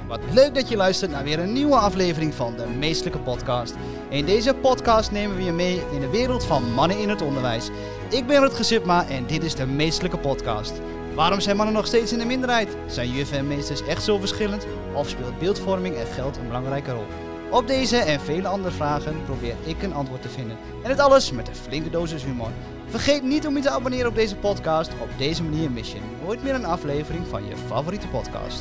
Wat leuk dat je luistert naar weer een nieuwe aflevering van de Meestelijke Podcast. In deze podcast nemen we je mee in de wereld van mannen in het onderwijs. Ik ben Rutger Sipma en dit is de Meestelijke Podcast. Waarom zijn mannen nog steeds in de minderheid? Zijn juffen en meesters echt zo verschillend? Of speelt beeldvorming en geld een belangrijke rol? Op deze en vele andere vragen probeer ik een antwoord te vinden. En het alles met een flinke dosis humor. Vergeet niet om je te abonneren op deze podcast. Op deze manier mis je nooit meer een aflevering van je favoriete podcast.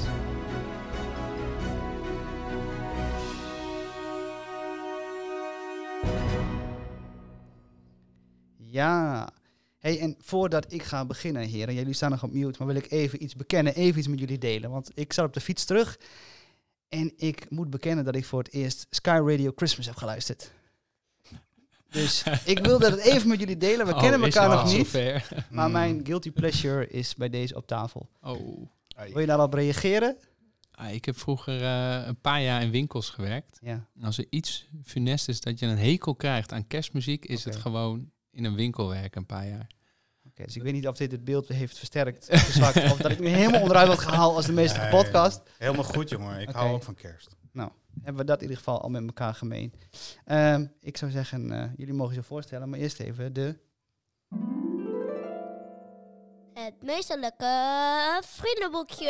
Ja, hey, en voordat ik ga beginnen, heren, jullie staan nog op mute, maar wil ik even iets bekennen, even iets met jullie delen. Want ik zat op de fiets terug en ik moet bekennen dat ik voor het eerst Sky Radio Christmas heb geluisterd. Dus ik wilde het even met jullie delen. We kennen elkaar nog niet, zover. Maar mijn guilty pleasure is bij deze op tafel. Oh. Wil je daarop reageren? Ik heb vroeger een paar jaar in winkels gewerkt. Ja. Als er iets funest is dat je een hekel krijgt aan kerstmuziek, is het gewoon in een winkel werken een paar jaar. Oké, dus ik weet niet of dit het beeld heeft versterkt of verzwakt, of dat ik nu helemaal onderuit word gehaald als de meeste podcast. Helemaal goed, jongen. Ik hou ook van kerst. Nou, hebben we dat in ieder geval al met elkaar gemeen. Ik zou zeggen, jullie mogen je voorstellen, maar eerst even Het Meesterlijke Vriendenboekje.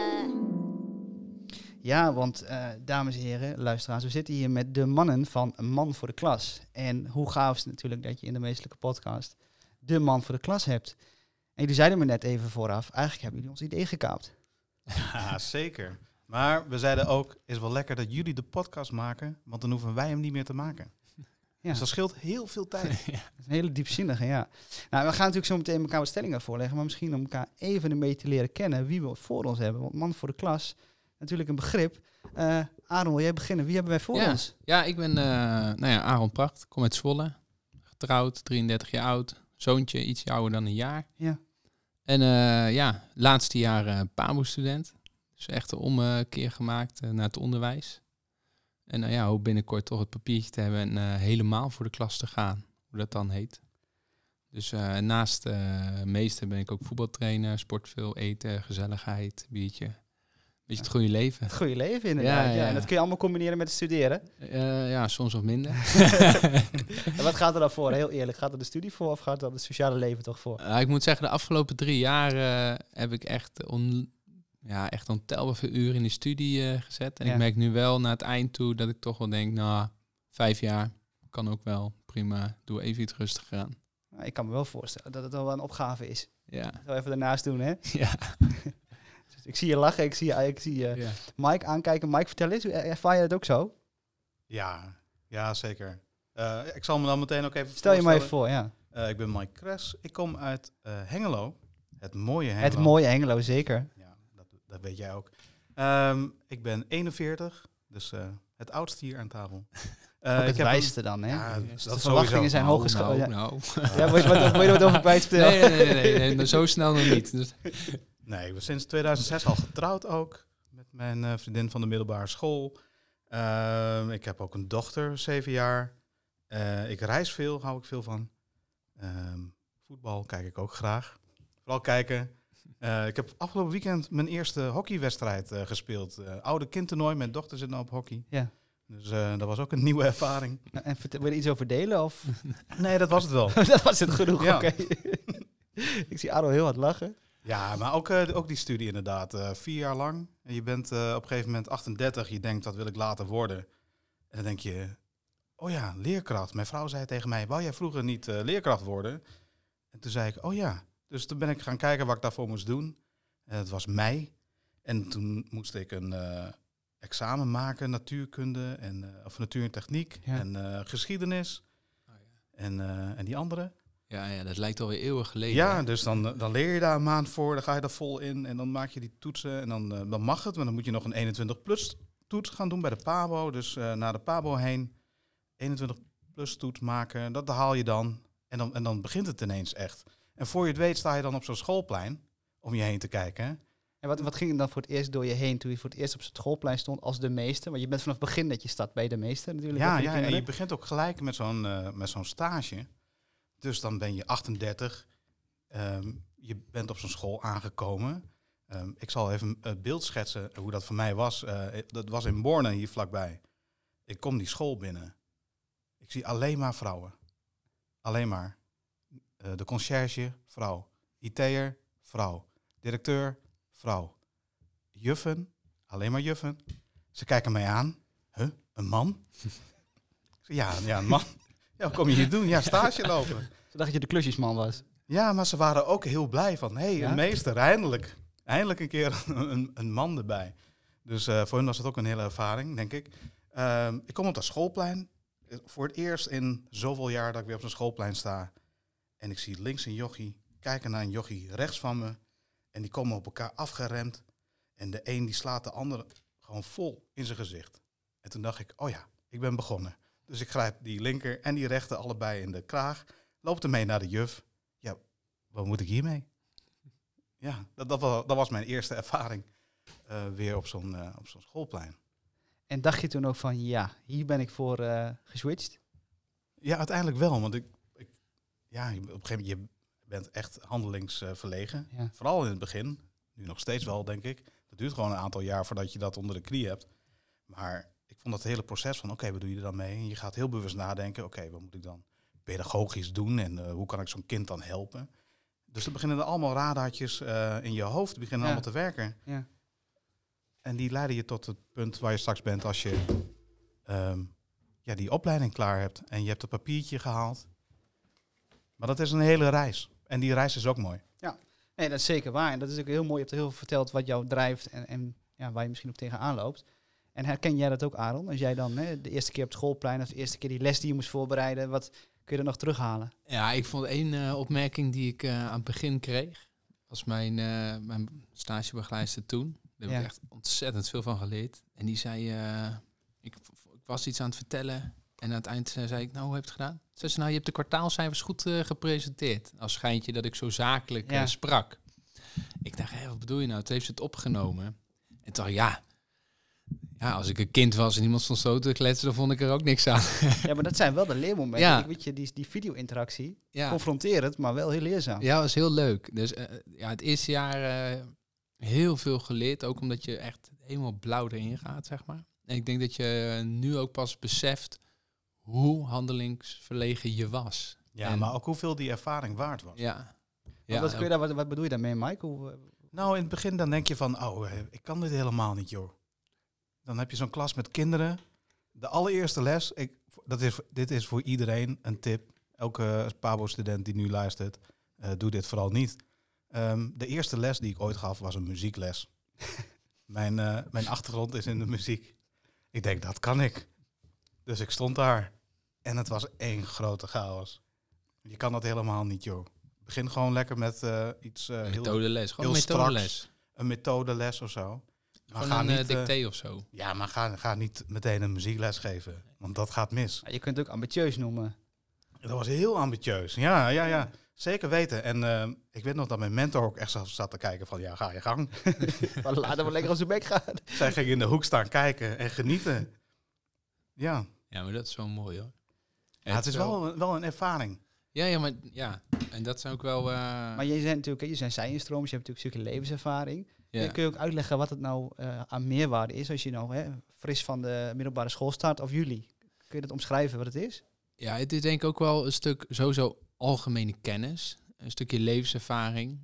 Ja, want dames en heren, luisteraars, we zitten hier met de mannen van Een Man voor de Klas. En hoe gaaf is het natuurlijk dat je in de Meestelijke Podcast de man voor de klas hebt. En jullie zeiden me net even vooraf, eigenlijk hebben jullie ons idee gekaapt. Ja, zeker. Maar we zeiden ook, het is wel lekker dat jullie de podcast maken, want dan hoeven wij hem niet meer te maken. Ja. Dus dat scheelt heel veel tijd. Ja. Dat is een hele diepzinnige, ja. Nou, we gaan natuurlijk zo meteen elkaar wat stellingen voorleggen, maar misschien om elkaar even een beetje te leren kennen wie we voor ons hebben. Want man voor de klas, natuurlijk een begrip. Aaron, wil jij beginnen? Wie hebben wij voor ons? Ja, ik ben Aaron Pracht, kom uit Zwolle, getrouwd, 33 jaar oud, zoontje iets ouder dan een jaar. Ja. En laatste jaar PABO-student. Dus echt een omkeer gemaakt naar het onderwijs. En hoop binnenkort toch het papiertje te hebben en helemaal voor de klas te gaan. Hoe dat dan heet. Dus naast meester ben ik ook voetbaltrainer, sport veel, eten, gezelligheid, biertje. Beetje het goede leven. Het goede leven, inderdaad. Ja. En dat kun je allemaal combineren met het studeren? Ja, soms wat minder. En wat gaat er dan voor? Heel eerlijk, gaat er de studie voor of gaat er het sociale leven toch voor? Ik moet zeggen, de afgelopen 3 jaar heb ik echt ontelbaar veel uren in de studie gezet. En ik merk nu wel naar het eind toe dat ik toch wel denk, 5 jaar kan ook wel. Prima, doe even iets rustiger aan. Nou, ik kan me wel voorstellen dat het wel een opgave is. Ja. Zo even daarnaast doen, hè? Ja. Ik zie je lachen, ik zie Mike aankijken. Mike, vertel eens, ervaar je dat ook zo? Ja, zeker. Ik zal me dan meteen ook even Stel je maar even voor, ja. Ik ben Mike Kres. Ik kom uit Hengelo. Het mooie Hengelo. Het mooie Hengelo, zeker. Ja, dat weet jij ook. Ik ben 41, dus het oudste hier aan tafel. Ook het wijste dan, hè? Ja, dus de verwachtingen zijn hoog geschat. Ja, wil je wat over kwijt vertellen? Nee, zo snel nog niet. Dus. Nee, ik ben sinds 2006 al getrouwd ook. Met mijn vriendin van de middelbare school. Ik heb ook een dochter, 7 jaar. Ik reis veel, hou ik veel van. Voetbal kijk ik ook graag. Vooral kijken. Ik heb afgelopen weekend mijn eerste hockeywedstrijd gespeeld. Oude kindtoernooi, mijn dochter zit nou op hockey. Ja. Dus dat was ook een nieuwe ervaring. En wil je er iets over delen? Of? Nee, dat was het wel. Dat was het genoeg, ja. Oké. Ik zie Aro heel hard lachen. Ja, maar ook die studie inderdaad. 4 jaar lang. En je bent op een gegeven moment 38. Je denkt, dat wil ik later worden. En dan denk je, oh ja, leerkracht. Mijn vrouw zei tegen mij, wou jij vroeger niet leerkracht worden? En toen zei ik, oh ja. Dus toen ben ik gaan kijken wat ik daarvoor moest doen. En het was mei. En toen moest ik een examen maken, natuurkunde of natuur en techniek en geschiedenis. Oh, ja. En die andere. Ja, dat lijkt alweer eeuwig geleden. Ja, hè? dus dan leer je daar een maand voor, dan ga je daar vol in en dan maak je die toetsen en dan mag het. Maar dan moet je nog een 21-plus toets gaan doen bij de PABO. Dus naar de PABO heen, 21-plus toets maken, dat haal je dan. En dan begint het ineens echt. En voor je het weet sta je dan op zo'n schoolplein om je heen te kijken. En wat ging er dan voor het eerst door je heen toen je voor het eerst op het schoolplein stond als de meester? Want je bent vanaf het begin dat je staat bij de meester natuurlijk. Ja, en je begint ook gelijk met zo'n stage. Dus dan ben je 38, je bent op zo'n school aangekomen. Ik zal even het beeld schetsen hoe dat voor mij was. Dat was in Borne, hier vlakbij. Ik kom die school binnen. Ik zie alleen maar vrouwen. Alleen maar. De conciërge, vrouw. IT'er, vrouw. Directeur, vrouw. Juffen, alleen maar juffen. Ze kijken mij aan. Huh, een man? Ja, een man. Ja, wat kom je hier doen? Ja, stage lopen. Ze dacht dat je de klusjesman was. Ja, maar ze waren ook heel blij van... Ja? Een meester, eindelijk. Eindelijk een keer een man erbij. Dus voor hen was het ook een hele ervaring, denk ik. Ik kom op dat schoolplein. Voor het eerst in zoveel jaar dat ik weer op zo'n schoolplein sta. En ik zie links een jochie kijken naar een jochie rechts van me. En die komen op elkaar afgeremd. En de een die slaat de andere gewoon vol in zijn gezicht. En toen dacht ik, oh ja, ik ben begonnen. Dus ik grijp die linker en die rechter allebei in de kraag. Loop ermee naar de juf. Ja, wat moet ik hiermee? Ja, dat was mijn eerste ervaring weer op zo'n schoolplein. En dacht je toen ook van, ja, hier ben ik voor geswitcht? Ja, uiteindelijk wel. Want op een gegeven moment, je bent echt handelingsverlegen. Ja. Vooral in het begin. Nu nog steeds wel, denk ik. Dat duurt gewoon een aantal jaar voordat je dat onder de knie hebt. Maar ik vond dat hele proces van, oké, wat doe je er dan mee? En je gaat heel bewust nadenken, oké, wat moet ik dan pedagogisch doen? En hoe kan ik zo'n kind dan helpen? Dus er beginnen er allemaal radartjes in je hoofd, beginnen allemaal te werken. Ja. En die leiden je tot het punt waar je straks bent als je die opleiding klaar hebt. En je hebt het papiertje gehaald. Maar dat is een hele reis. En die reis is ook mooi. Nee, dat is zeker waar. En dat is ook heel mooi. Je hebt heel veel verteld wat jou drijft en waar je misschien ook tegenaan loopt. En herken jij dat ook, Aaron? Als jij dan de eerste keer op het schoolplein of de eerste keer die les die je moest voorbereiden, wat kun je er nog terughalen? Ja, ik vond één opmerking die ik aan het begin kreeg. Was mijn stagebegeleidster toen. Daar heb ik echt ontzettend veel van geleerd. En die zei, ik was iets aan het vertellen. En aan het eind zei ik, nou, hoe heb je het gedaan? Ze zei, nou, je hebt de kwartaalcijfers goed gepresenteerd. Als schijntje dat ik zo zakelijk sprak. Ik dacht, wat bedoel je nou? Toen heeft ze het opgenomen. En toen dacht ik, ja, als ik een kind was en iemand stond zo te kletsen, dan vond ik er ook niks aan. Ja, maar dat zijn wel de leermomenten. Ja. Ik weet je, die video-interactie, Ja. confronterend, maar wel heel leerzaam. Ja, dat was heel leuk. Dus het eerste jaar heel veel geleerd. Ook omdat je echt helemaal blauw erin gaat, zeg maar. En ik denk dat je nu ook pas beseft hoe handelingsverlegen je was. Ja, maar ook hoeveel die ervaring waard was. Ja. Wat bedoel je daarmee, Mike? Nou, in het begin dan denk je van, ik kan dit helemaal niet, joh. Dan heb je zo'n klas met kinderen. De allereerste les, dit is voor iedereen een tip. Elke Pabo-student die nu luistert, doe dit vooral niet. De eerste les die ik ooit gaf was een muziekles. Mijn achtergrond is in de muziek. Ik denk, dat kan ik. Dus ik stond daar. En het was één grote chaos. Je kan dat helemaal niet, joh. Begin gewoon lekker met iets methodeles. Gewoon heel een methodeles. Een methodeles of zo. Maar Gewoon een dicté of zo. Ja, maar ga niet meteen een muziekles geven. Want dat gaat mis. Ja, je kunt het ook ambitieus noemen. Dat was heel ambitieus. Ja. Zeker weten. En ik weet nog dat mijn mentor ook echt zat te kijken van, ja, ga je gang. Laat hem lekker op zijn bek gaan. Zij ging in de hoek staan kijken en genieten. Ja. Ja, maar dat is wel mooi, hoor. Ja, het is wel een ervaring. Ja. En dat zijn ook wel... Maar je zijn natuurlijk, je zijn zijinstromers, je hebt natuurlijk een stukje levenservaring. Ja. Kun je ook uitleggen wat het nou aan meerwaarde is als je nou fris van de middelbare school start of jullie? Kun je dat omschrijven wat het is? Ja, het is denk ik ook wel een stuk sowieso algemene kennis. Een stukje levenservaring.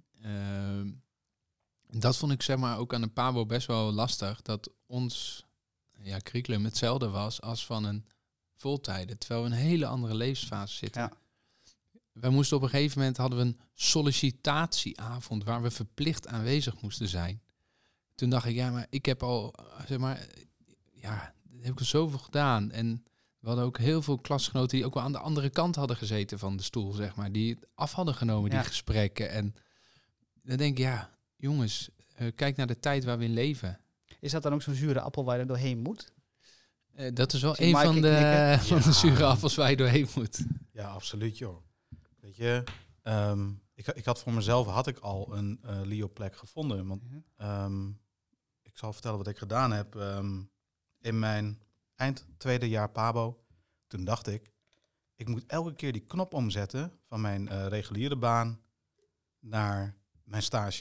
Dat vond ik zeg maar ook aan de Pabo best wel lastig. Dat ons curriculum hetzelfde was als van een voltijden. Terwijl we in een hele andere levensfase zitten. Ja. Wij moesten op een gegeven moment hadden we een sollicitatieavond waar we verplicht aanwezig moesten zijn. Toen dacht ik, ja, maar ik heb al, zeg maar, ja, dat heb ik al zoveel gedaan. En we hadden ook heel veel klasgenoten die ook wel aan de andere kant hadden gezeten van de stoel, zeg maar. Die het af hadden genomen, die gesprekken. En dan denk ik, ja, jongens, kijk naar de tijd waar we in leven. Is dat dan ook zo'n zure appel waar je er doorheen moet? Dat is wel een van de zure appels waar je doorheen moet. Ja, absoluut, joh. Weet je, ik had voor mezelf al een LIO-plek gevonden. Want ik zal vertellen wat ik gedaan heb. In mijn eind tweede jaar Pabo, toen dacht ik moet elke keer die knop omzetten van mijn reguliere baan naar mijn stage.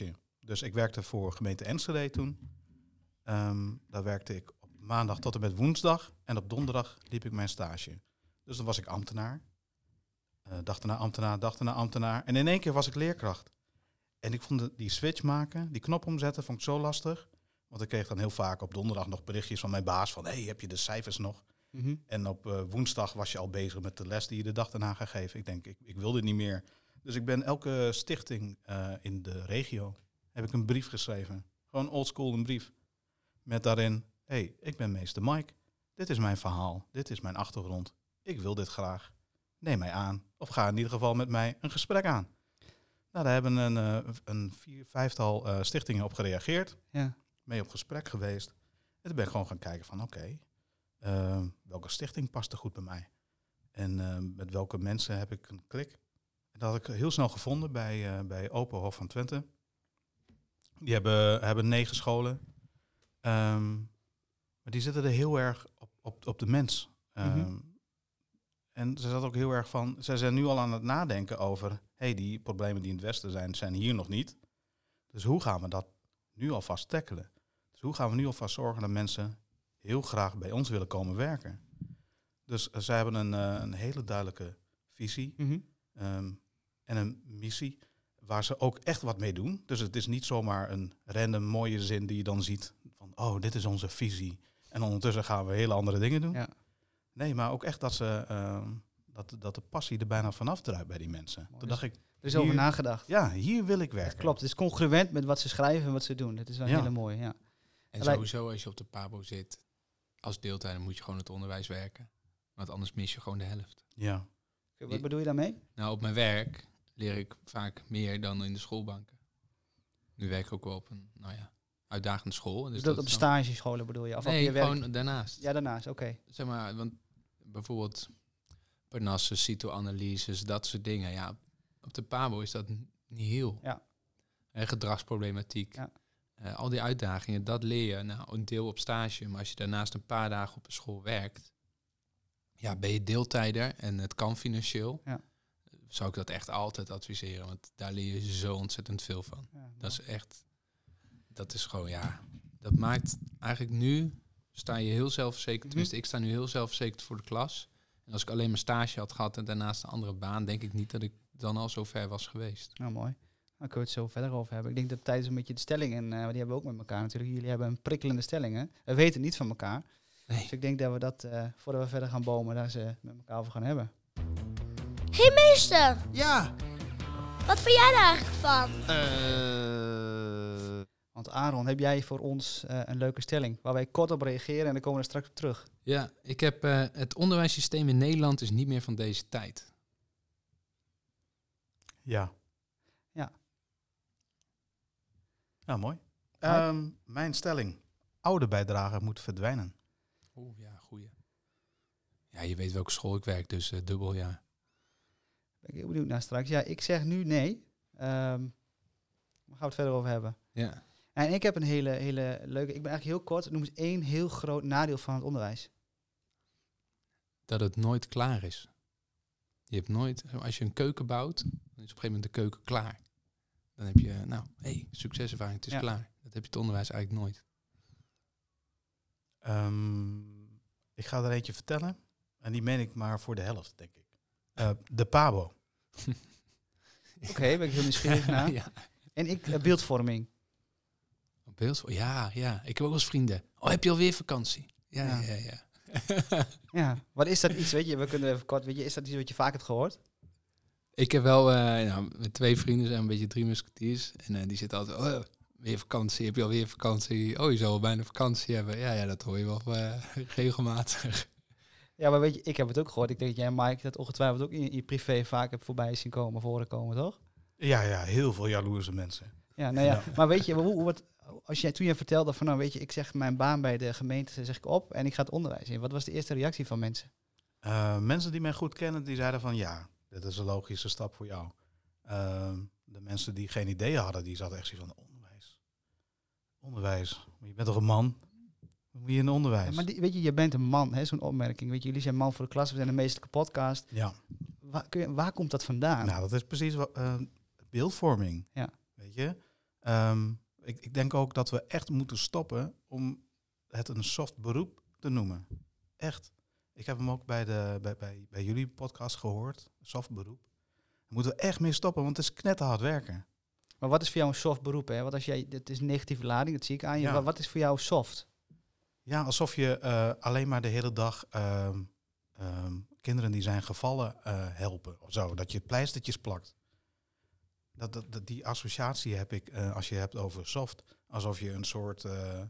Dus ik werkte voor gemeente Enschede toen. Daar werkte ik op maandag tot en met woensdag. En op donderdag liep ik mijn stage. Dus dan was ik ambtenaar. Dag erna ambtenaar, dag erna ambtenaar. En in één keer was ik leerkracht. En ik vond die switch maken, die knop omzetten, vond ik zo lastig. Want ik kreeg dan heel vaak op donderdag nog berichtjes van mijn baas van... hey, heb je de cijfers nog? Mm-hmm. En op woensdag was je al bezig met de les die je de dag daarna gaat geven. Ik denk, ik wil dit niet meer. Dus ik ben elke stichting in de regio, heb ik een brief geschreven. Gewoon oldschool een brief. Met daarin, hey, ik ben meester Mike. Dit is mijn verhaal, dit is mijn achtergrond. Ik wil dit graag. Neem mij aan. Of ga in ieder geval met mij een gesprek aan. Nou, daar hebben een 4-5-tal stichtingen op gereageerd. Ja. Mee op gesprek geweest. En toen ben ik gewoon gaan kijken van oké, welke stichting past er goed bij mij? En met welke mensen heb ik een klik? En dat had ik heel snel gevonden bij Open Hof van Twente. Die hebben 9 scholen. Maar die zitten er heel erg op de mens. En ze zat ook heel erg van... Ze zijn nu al aan het nadenken over... hey, die problemen die in het Westen zijn hier nog niet. Dus hoe gaan we dat nu alvast tackelen? Dus hoe gaan we nu alvast zorgen dat mensen heel graag bij ons willen komen werken? Dus zij hebben een hele duidelijke visie en een missie... waar ze ook echt wat mee doen. Dus het is niet zomaar een random mooie zin die je dan ziet... van oh, dit is onze visie. En ondertussen gaan we hele andere dingen doen. Ja. Nee, maar ook echt dat ze dat de passie er bijna vanaf druipt bij die mensen. Mooi. Toen dacht ik... Er is over nagedacht. Ja, hier wil ik werken. Het klopt, het is congruent met wat ze schrijven en wat ze doen. Dat is wel hele mooi, ja. En sowieso als je op de PABO zit, als deeltijder moet je gewoon het onderwijs werken. Want anders mis je gewoon de helft. Ja. Wat bedoel je daarmee? Nou, op mijn werk leer ik vaak meer dan in de schoolbanken. Nu werk ik ook wel op een, uitdagende school. Dus dat op stagescholen bedoel je? Of nee, op je gewoon werk? daarnaast. Ja, daarnaast, oké. Zeg maar, want bijvoorbeeld Parnasse, cytoanalyses, dat soort dingen. Ja, op de PABO is dat niet heel. Ja. Gedragsproblematiek. Ja. Al die uitdagingen, dat leer je. Nou, een deel op stage. Maar als je daarnaast een paar dagen op een school werkt, ja, ben je deeltijder en het kan financieel. Ja. Zou ik dat echt altijd adviseren. Want daar leer je zo ontzettend veel van. Ja, dat is echt... Dat is gewoon, dat maakt eigenlijk nu... sta je heel zelfverzekerd. Tenminste, ik sta nu heel zelfverzekerd voor de klas. En als ik alleen mijn stage had gehad en daarnaast een andere baan... denk ik niet dat ik dan al zo ver was geweest. Nou, mooi. Dan kunnen we het zo verder over hebben. Ik denk dat tijdens een beetje de stellingen... die hebben we ook met elkaar natuurlijk. Jullie hebben een prikkelende stellingen. We weten niet van elkaar. Nee. Dus ik denk dat we dat, voordat we verder gaan bomen... daar ze met elkaar over gaan hebben. Hey meester! Ja! Wat vind jij daar eigenlijk van? Want Aaron, heb jij voor ons een leuke stelling... waar wij kort op reageren en dan komen we er straks op terug. Ja, ik heb het onderwijssysteem in Nederland is niet meer van deze tijd. Ja. Ja. Nou, mooi. Mijn stelling. Ouderbijdrage moet verdwijnen. Oeh, ja, goeie. Ja, je weet welke school ik werk, dus dubbel ja. Ben ik heel benieuwd naar straks. Ja, ik zeg nu nee. Daar gaan we het verder over hebben. Ja. En ik heb een hele leuke... Ik ben eigenlijk heel kort. Noem eens 1 heel groot nadeel van het onderwijs. Dat het nooit klaar is. Je hebt nooit... Als je een keuken bouwt, dan is op een gegeven moment de keuken klaar. Dan heb je, succeservaring, het is klaar. Dat heb je het onderwijs eigenlijk nooit. Ik ga er eentje vertellen. En die meen ik maar voor de helft, denk ik. De PABO. Oké, ben ik heel nieuwsgierig naar. Ja. En ik, beeldvorming. Ja. Ik heb ook wel eens vrienden. Oh, heb je alweer vakantie? Ja. Ja, wat is dat iets, weet je? We kunnen even kort, weet je, is dat iets wat je vaak hebt gehoord? Ik heb wel, met 2 vrienden zijn een beetje 3 musketiers. En die zitten altijd, weer vakantie, heb je alweer vakantie? Oh, je zal wel bijna vakantie hebben. Ja, dat hoor je wel regelmatig. Ja, maar weet je, ik heb het ook gehoord. Ik denk dat jij, Mike, dat ongetwijfeld ook in je privé vaak hebt voorbij zien komen, voor horen komen, toch? Ja, heel veel jaloerse mensen. Ja, maar weet je, toen je vertelde van, weet je, ik zeg mijn baan bij de gemeente zeg ik op en ik ga het onderwijs in. Wat was de eerste reactie van mensen? Mensen die mij goed kennen, die zeiden van, ja, dit is een logische stap voor jou. De mensen die geen idee hadden, die zaten echt zo van, onderwijs. Maar je bent toch een man? Dan moet je in het onderwijs. Ja, maar weet je bent een man, hè, zo'n opmerking. Weet je, jullie zijn man voor de klas, we zijn een meestelijke podcast. Ja. Waar komt dat vandaan? Nou, dat is precies wat beeldvorming. Ja. Weet je? Ik denk ook dat we echt moeten stoppen om het een soft beroep te noemen. Echt. Ik heb hem ook bij jullie podcast gehoord. Soft beroep. Daar moeten we echt mee stoppen, want het is knetterhard werken. Maar wat is voor jou een soft beroep? Hè? Want als jij, het is een negatieve lading, dat zie ik aan je. Ja. Wat is voor jou soft? Ja, alsof je alleen maar de hele dag kinderen die zijn gevallen helpen of zo. Dat je pleistertjes plakt. Die associatie heb ik als je hebt over soft. Alsof je een soort...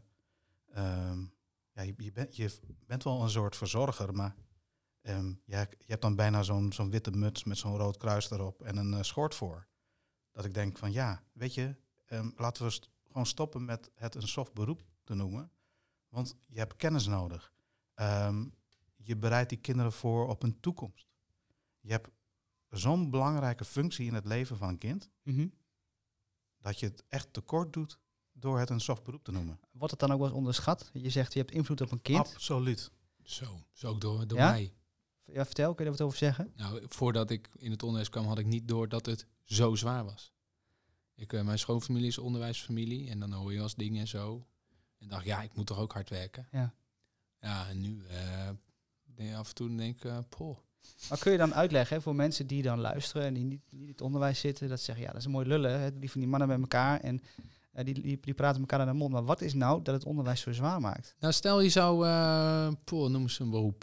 je bent wel een soort verzorger, maar je hebt dan bijna zo'n witte muts met zo'n rood kruis erop en een schort voor. Dat ik denk van ja, weet je, laten we gewoon stoppen met het een soft beroep te noemen. Want je hebt kennis nodig. Je bereidt die kinderen voor op een toekomst. Je hebt zo'n belangrijke functie in het leven van een kind, dat je het echt tekort doet door het een soft beroep te noemen. Wordt het dan ook wel eens onderschat? Je zegt, je hebt invloed op een kind. Absoluut. Zo ook door Ja? mij. Ja, vertel, kun je er wat over zeggen? Nou, voordat ik in het onderwijs kwam, had ik niet door dat het zo zwaar was. Mijn schoonfamilie is onderwijsfamilie en dan hoor je wel eens dingen en zo. En dacht, ja, ik moet toch ook hard werken. Ja. Ja, en nu af en toe denk ik, poh. Maar kun je dan uitleggen hè, voor mensen die dan luisteren en die niet in het onderwijs zitten, dat zeggen, ja, dat is een mooi lullen, hè, die van die mannen bij elkaar en die praten elkaar aan de mond. Maar wat is nou dat het onderwijs zo zwaar maakt? Nou, stel je zou, noem eens een beroep.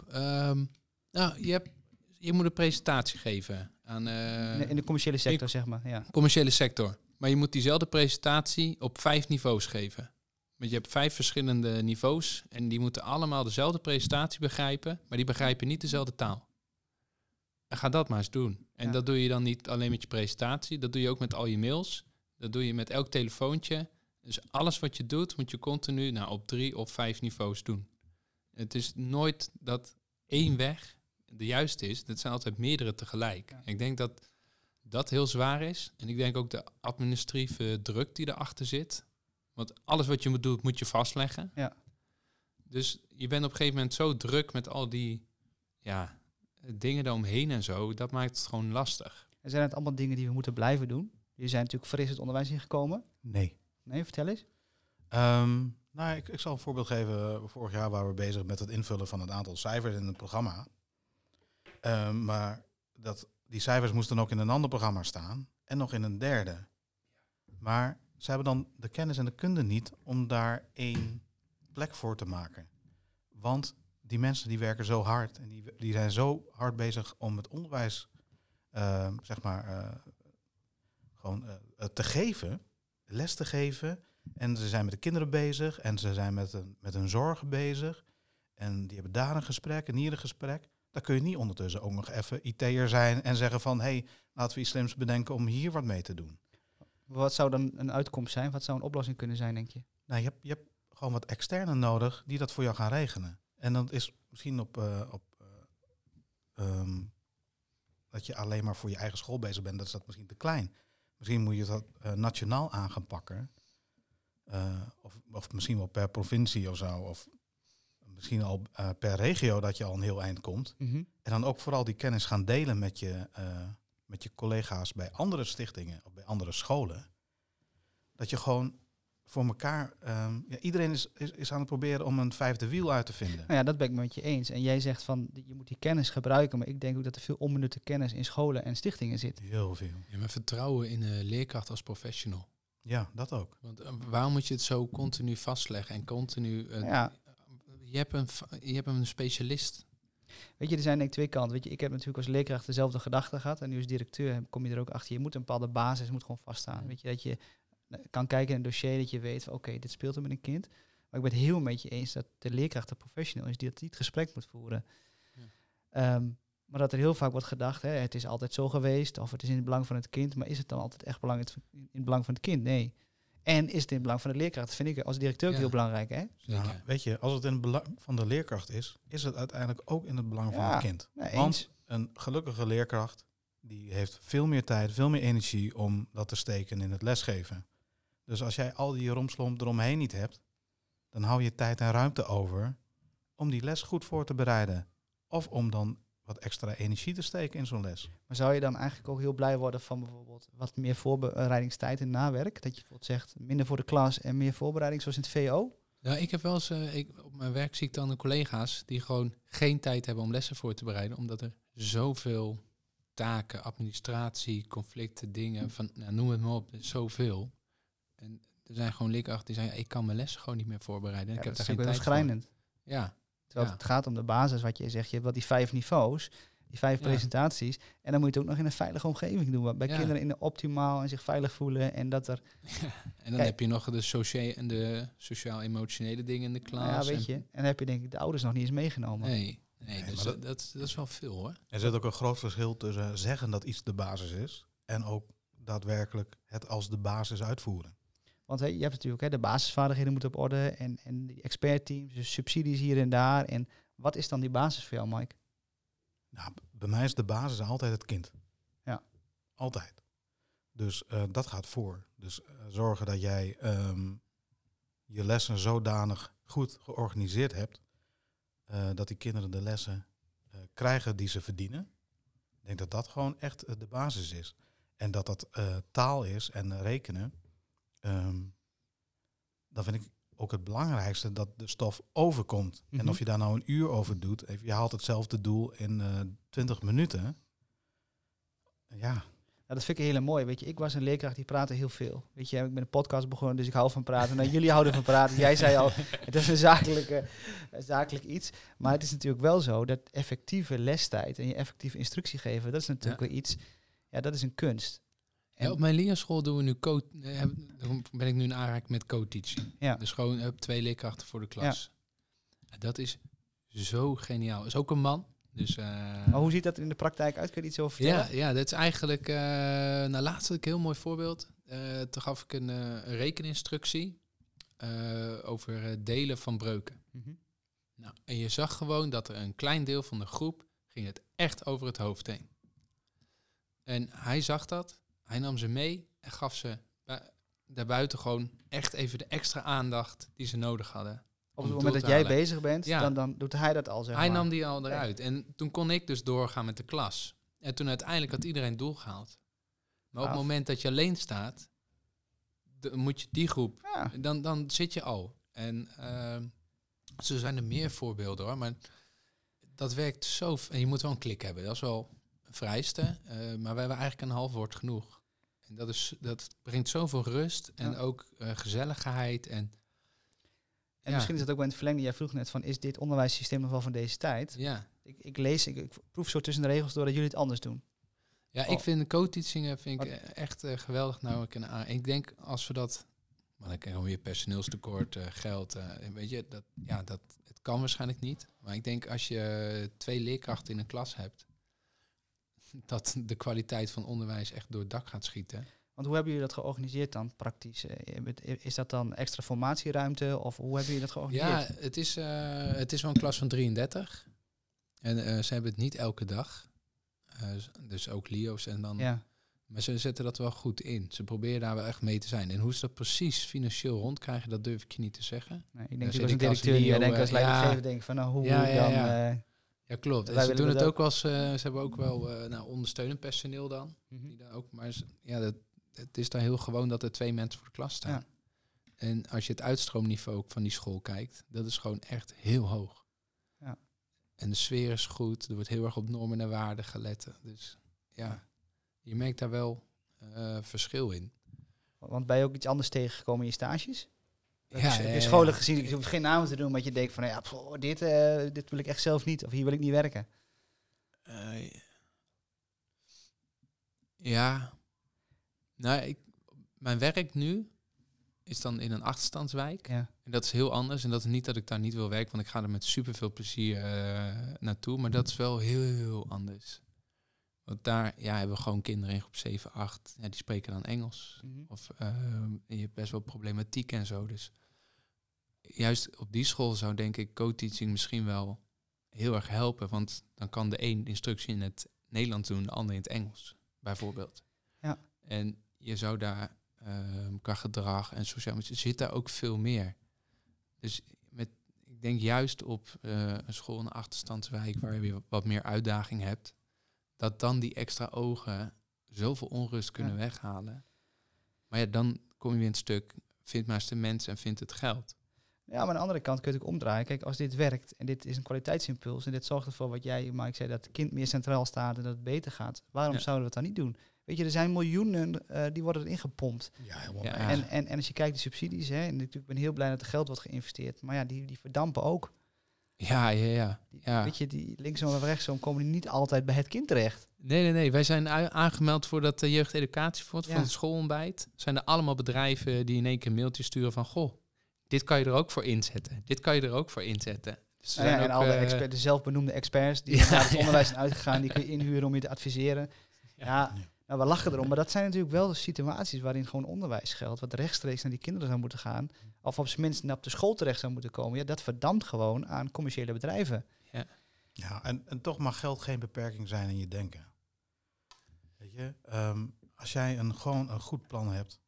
Je moet een presentatie geven aan In de commerciële sector, zeg maar. Ja. commerciële sector. Maar je moet diezelfde presentatie op 5 niveaus geven. Want je hebt 5 verschillende niveaus en die moeten allemaal dezelfde presentatie begrijpen, maar die begrijpen niet dezelfde taal. En ga dat maar eens doen. En Ja. dat doe je dan niet alleen met je presentatie, dat doe je ook met al je mails. Dat doe je met elk telefoontje. Dus alles wat je doet, moet je continu op 3 of 5 niveaus doen. Het is nooit dat één weg de juiste is. Dat zijn altijd meerdere tegelijk. Ja. Ik denk dat dat heel zwaar is. En ik denk ook de administratieve druk die erachter zit. Want alles wat je moet doen, moet je vastleggen. Ja. Dus je bent op een gegeven moment zo druk met al die dingen eromheen en zo. Dat maakt het gewoon lastig. En zijn het allemaal dingen die we moeten blijven doen? Jullie zijn natuurlijk fris het onderwijs ingekomen. Nee. Nee, vertel eens. Ik zal een voorbeeld geven. Vorig jaar waren we bezig met het invullen van het aantal cijfers in het programma. Maar die cijfers moesten ook in een ander programma staan. En nog in een derde. Maar ze hebben dan de kennis en de kunde niet om daar één plek voor te maken. Want die mensen die werken zo hard. En die zijn zo hard bezig om het onderwijs te geven. Les te geven. En ze zijn met de kinderen bezig. En ze zijn met hun zorgen bezig. En die hebben daar een gesprek, en hier een gesprek. Dan kun je niet ondertussen ook nog even IT'er zijn en zeggen van, hey, laten we iets slims bedenken om hier wat mee te doen. Wat zou dan een uitkomst zijn? Wat zou een oplossing kunnen zijn, denk je? Nou, je hebt gewoon wat externen nodig die dat voor jou gaan regelen. En dat is misschien dat je alleen maar voor je eigen school bezig bent, dat is dat misschien te klein. Misschien moet je dat nationaal aan gaan pakken. Of misschien wel per provincie of zo. Of misschien al per regio dat je al een heel eind komt. En dan ook vooral die kennis gaan delen met je collega's bij andere stichtingen of bij andere scholen. Dat je gewoon voor elkaar... iedereen is aan het proberen om een vijfde wiel uit te vinden. Nou ja, dat ben ik met je eens. En jij zegt van, je moet die kennis gebruiken. Maar ik denk ook dat er veel onbenutte kennis in scholen en stichtingen zit. Heel veel. Ja, maar vertrouwen in de leerkracht als professional. Ja, dat ook. Want waarom moet je het zo continu vastleggen en continu... Je hebt een specialist. Weet je, er zijn denk ik twee kanten. Weet je, ik heb natuurlijk als leerkracht dezelfde gedachte gehad. En nu als directeur kom je er ook achter. Je moet een bepaalde basis, moet gewoon vaststaan. Weet je, dat je kan kijken in een dossier, dat je weet van oké, dit speelt er met een kind. Maar ik ben het heel met je eens dat de leerkracht de professional is die het gesprek moet voeren. Ja. Maar dat er heel vaak wordt gedacht, het is altijd zo geweest, of het is in het belang van het kind. Maar is het dan altijd echt in het belang van het kind? Nee. En is het in het belang van de leerkracht? Dat vind ik als directeur ook heel belangrijk, hè? Nou, weet je, als het in het belang van de leerkracht is het uiteindelijk ook in het belang van het kind. Nee, want een gelukkige leerkracht, die heeft veel meer tijd, veel meer energie om dat te steken in het lesgeven. Dus als jij al die romslomp eromheen niet hebt, dan hou je tijd en ruimte over om die les goed voor te bereiden. Of om dan wat extra energie te steken in zo'n les. Maar zou je dan eigenlijk ook heel blij worden van bijvoorbeeld wat meer voorbereidingstijd in nawerk? Dat je bijvoorbeeld zegt minder voor de klas en meer voorbereiding zoals in het VO? Nou, ik heb wel eens, op mijn werk zie ik dan de collega's die gewoon geen tijd hebben om lessen voor te bereiden, omdat er zoveel taken, administratie, conflicten, dingen, van, nou, noem het maar op, er is zoveel. En er zijn gewoon leerkrachten die zeggen, ja, ik kan mijn lessen gewoon niet meer voorbereiden. Ja, Ik heb dat daar is geen ook wel tijd voor. schrijnend. Ja, Terwijl Ja. het gaat om de basis, wat je zegt. Je hebt wel die 5 niveaus, die 5 Ja. presentaties. En dan moet je het ook nog in een veilige omgeving doen. Waar bij Ja. kinderen in de optimaal en zich veilig voelen. En dat er, en dan Kijk. heb je nog de sociaal-emotionele dingen in de klas. nou ja, weet je. En dan heb je denk ik de ouders nog niet eens meegenomen. Nee, Nee, dus maar dat is wel veel hoor. Er zit ook een groot verschil tussen zeggen dat iets de basis is en ook daadwerkelijk het als de basis uitvoeren. Want je hebt natuurlijk de basisvaardigheden moeten op orde. En die expertteams, dus subsidies hier en daar. En wat is dan die basis voor jou, Mike? Nou, bij mij is de basis altijd het kind. Ja. Altijd. Dus dat gaat voor. Dus zorgen dat jij je lessen zodanig goed georganiseerd hebt, dat die kinderen de lessen krijgen die ze verdienen. Ik denk dat dat gewoon echt de basis is. En dat dat taal is en rekenen, dan vind ik ook het belangrijkste dat de stof overkomt. Mhm. En of je daar nou een uur over doet, je haalt hetzelfde doel in 20 minuten. Ja, Nou, dat vind ik heel mooi. Weet je, ik was een leerkracht die praatte heel veel. Weet je, ik ben een podcast begonnen, dus ik hou van praten. Nou, jullie houden van praten. Jij zei al, het is een zakelijk iets. Maar het is natuurlijk wel zo dat effectieve lestijd en je effectieve instructie geven, dat is natuurlijk wel iets, ja, dat is een kunst. Ja, op mijn leerschool doen we nu ben ik nu in aanraking met co-teaching. Ja. Dus gewoon 2 leerkrachten voor de klas. Ja, dat is zo geniaal. Is ook een man. Dus, Maar hoe ziet dat in de praktijk uit? Kun je er iets over vertellen? ja, dat is eigenlijk... laatst had ik een heel mooi voorbeeld. Toen gaf ik een rekeninstructie over delen van breuken. Mhm. Nou, en je zag gewoon dat er een klein deel van de groep ging het echt over het hoofd heen. En hij zag dat, hij nam ze mee en gaf ze daarbuiten gewoon echt even de extra aandacht die ze nodig hadden. Op om het door moment dat te jij halen. bezig bent, Ja. dan doet hij dat al, zeg Hij maar. nam die al eruit. En toen kon ik dus doorgaan met de klas. En toen uiteindelijk had iedereen het doel gehaald. Maar op Gaaf. het moment dat je alleen staat, moet je die groep, Ja. dan zit je al. En zo zijn er meer voorbeelden hoor. Maar dat werkt zo. En je moet wel een klik hebben. Dat is wel een vereiste. Maar we hebben eigenlijk een half woord genoeg. En dat brengt zoveel rust. En Ja. ook gezelligheid. En En misschien is het ook wel in het verlengde. Jij vroeg net van, is dit onderwijssysteem nog wel van deze tijd? ja. Ik proef zo tussen de regels door dat jullie het anders doen. Ja, Oh. ik vind co-teachingen echt geweldig. Nou, ik denk als we dat... Maar dan krijgen we weer personeelstekort, geld. Weet je, het kan waarschijnlijk niet. Maar ik denk als je 2 leerkrachten in een klas hebt, dat de kwaliteit van onderwijs echt door het dak gaat schieten. Want hoe hebben jullie dat georganiseerd dan, praktisch? Is dat dan extra formatieruimte of hoe hebben jullie dat georganiseerd? Ja, het is wel een klas van 33. En ze hebben het niet elke dag. Dus ook Lio's en dan... Ja. Maar ze zetten dat wel goed in. Ze proberen daar wel echt mee te zijn. En hoe ze dat precies financieel rondkrijgen, dat durf ik je niet te zeggen. Nee, ik Dan denk zit dat als een ik als directeur die Leo, denkt als ja. leidinggever denk van nou hoe Ja, dan... ja. Ja, klopt. En Wij ze willen doen dat het ook wel eens, ze hebben ook wel ondersteunend personeel dan. Mhm. Die dan ook, maar het is daar heel gewoon dat er 2 mensen voor de klas staan. Ja. En als je het uitstroomniveau ook van die school kijkt, dat is gewoon echt heel hoog. Ja. En de sfeer is goed, er wordt heel erg op normen en waarden gelet. Dus ja, je merkt daar wel verschil in. Want ben je ook iets anders tegengekomen in je stages? Ja, Heb je scholen gezien, ik hoef geen namen te doen, maar je denkt van ja, dit wil ik echt zelf niet of hier wil ik niet werken. Ja, nou, mijn werk nu is dan in een achterstandswijk. Ja. En dat is heel anders. En dat is niet dat ik daar niet wil werken, want ik ga er met superveel plezier naartoe. Maar dat is wel heel, heel anders. Want daar hebben we gewoon kinderen in groep 7, 8. Ja, die spreken dan Engels. Mhm. Of je hebt best wel problematiek en zo. Dus juist op die school zou denk ik co-teaching misschien wel heel erg helpen. Want dan kan de een instructie in het Nederlands doen, de ander in het Engels, bijvoorbeeld. Ja. En je zou daar qua gedrag en sociaal zit daar ook veel meer. Dus ik denk juist op een school in een achterstandswijk waar je weer wat meer uitdaging hebt, dat dan die extra ogen zoveel onrust kunnen weghalen. Maar ja, dan kom je weer in het stuk, vind maar eens de mensen en vind het geld. Ja, maar aan de andere kant kun je het ook omdraaien. Kijk, als dit werkt en dit is een kwaliteitsimpuls en dit zorgt ervoor wat jij, Mike, zei, dat het kind meer centraal staat en dat het beter gaat. Waarom zouden we het dan niet doen? Weet je, er zijn miljoenen die worden erin gepompt. Ja, helemaal Ja. mee. En als je kijkt de subsidies, hè, en ik ben heel blij dat er geld wordt geïnvesteerd, maar ja, die verdampen ook. Ja. Weet je, die linksom of rechtsom komen die niet altijd bij het kind terecht. Nee. Wij zijn aangemeld voor dat jeugdeducatiefonds, voor Ja. het schoolontbijt. Zijn er allemaal bedrijven die in één keer een mailtje sturen van, goh, dit kan je er ook voor inzetten. Dit kan je er ook voor inzetten. Dus er zijn En ook, al de zelfbenoemde experts die Ja, naar het ja. onderwijs zijn uitgegaan, die kun je inhuren om je te adviseren. Ja. Ja, nou, we lachen erom, maar dat zijn natuurlijk wel de situaties waarin gewoon onderwijs geldt, wat rechtstreeks naar die kinderen zou moeten gaan, of op zijn minst op de school terecht zou moeten komen. Ja, dat verdampt gewoon aan commerciële bedrijven. Ja, en toch mag geld geen beperking zijn in je denken. Weet je, als jij gewoon een goed plan hebt,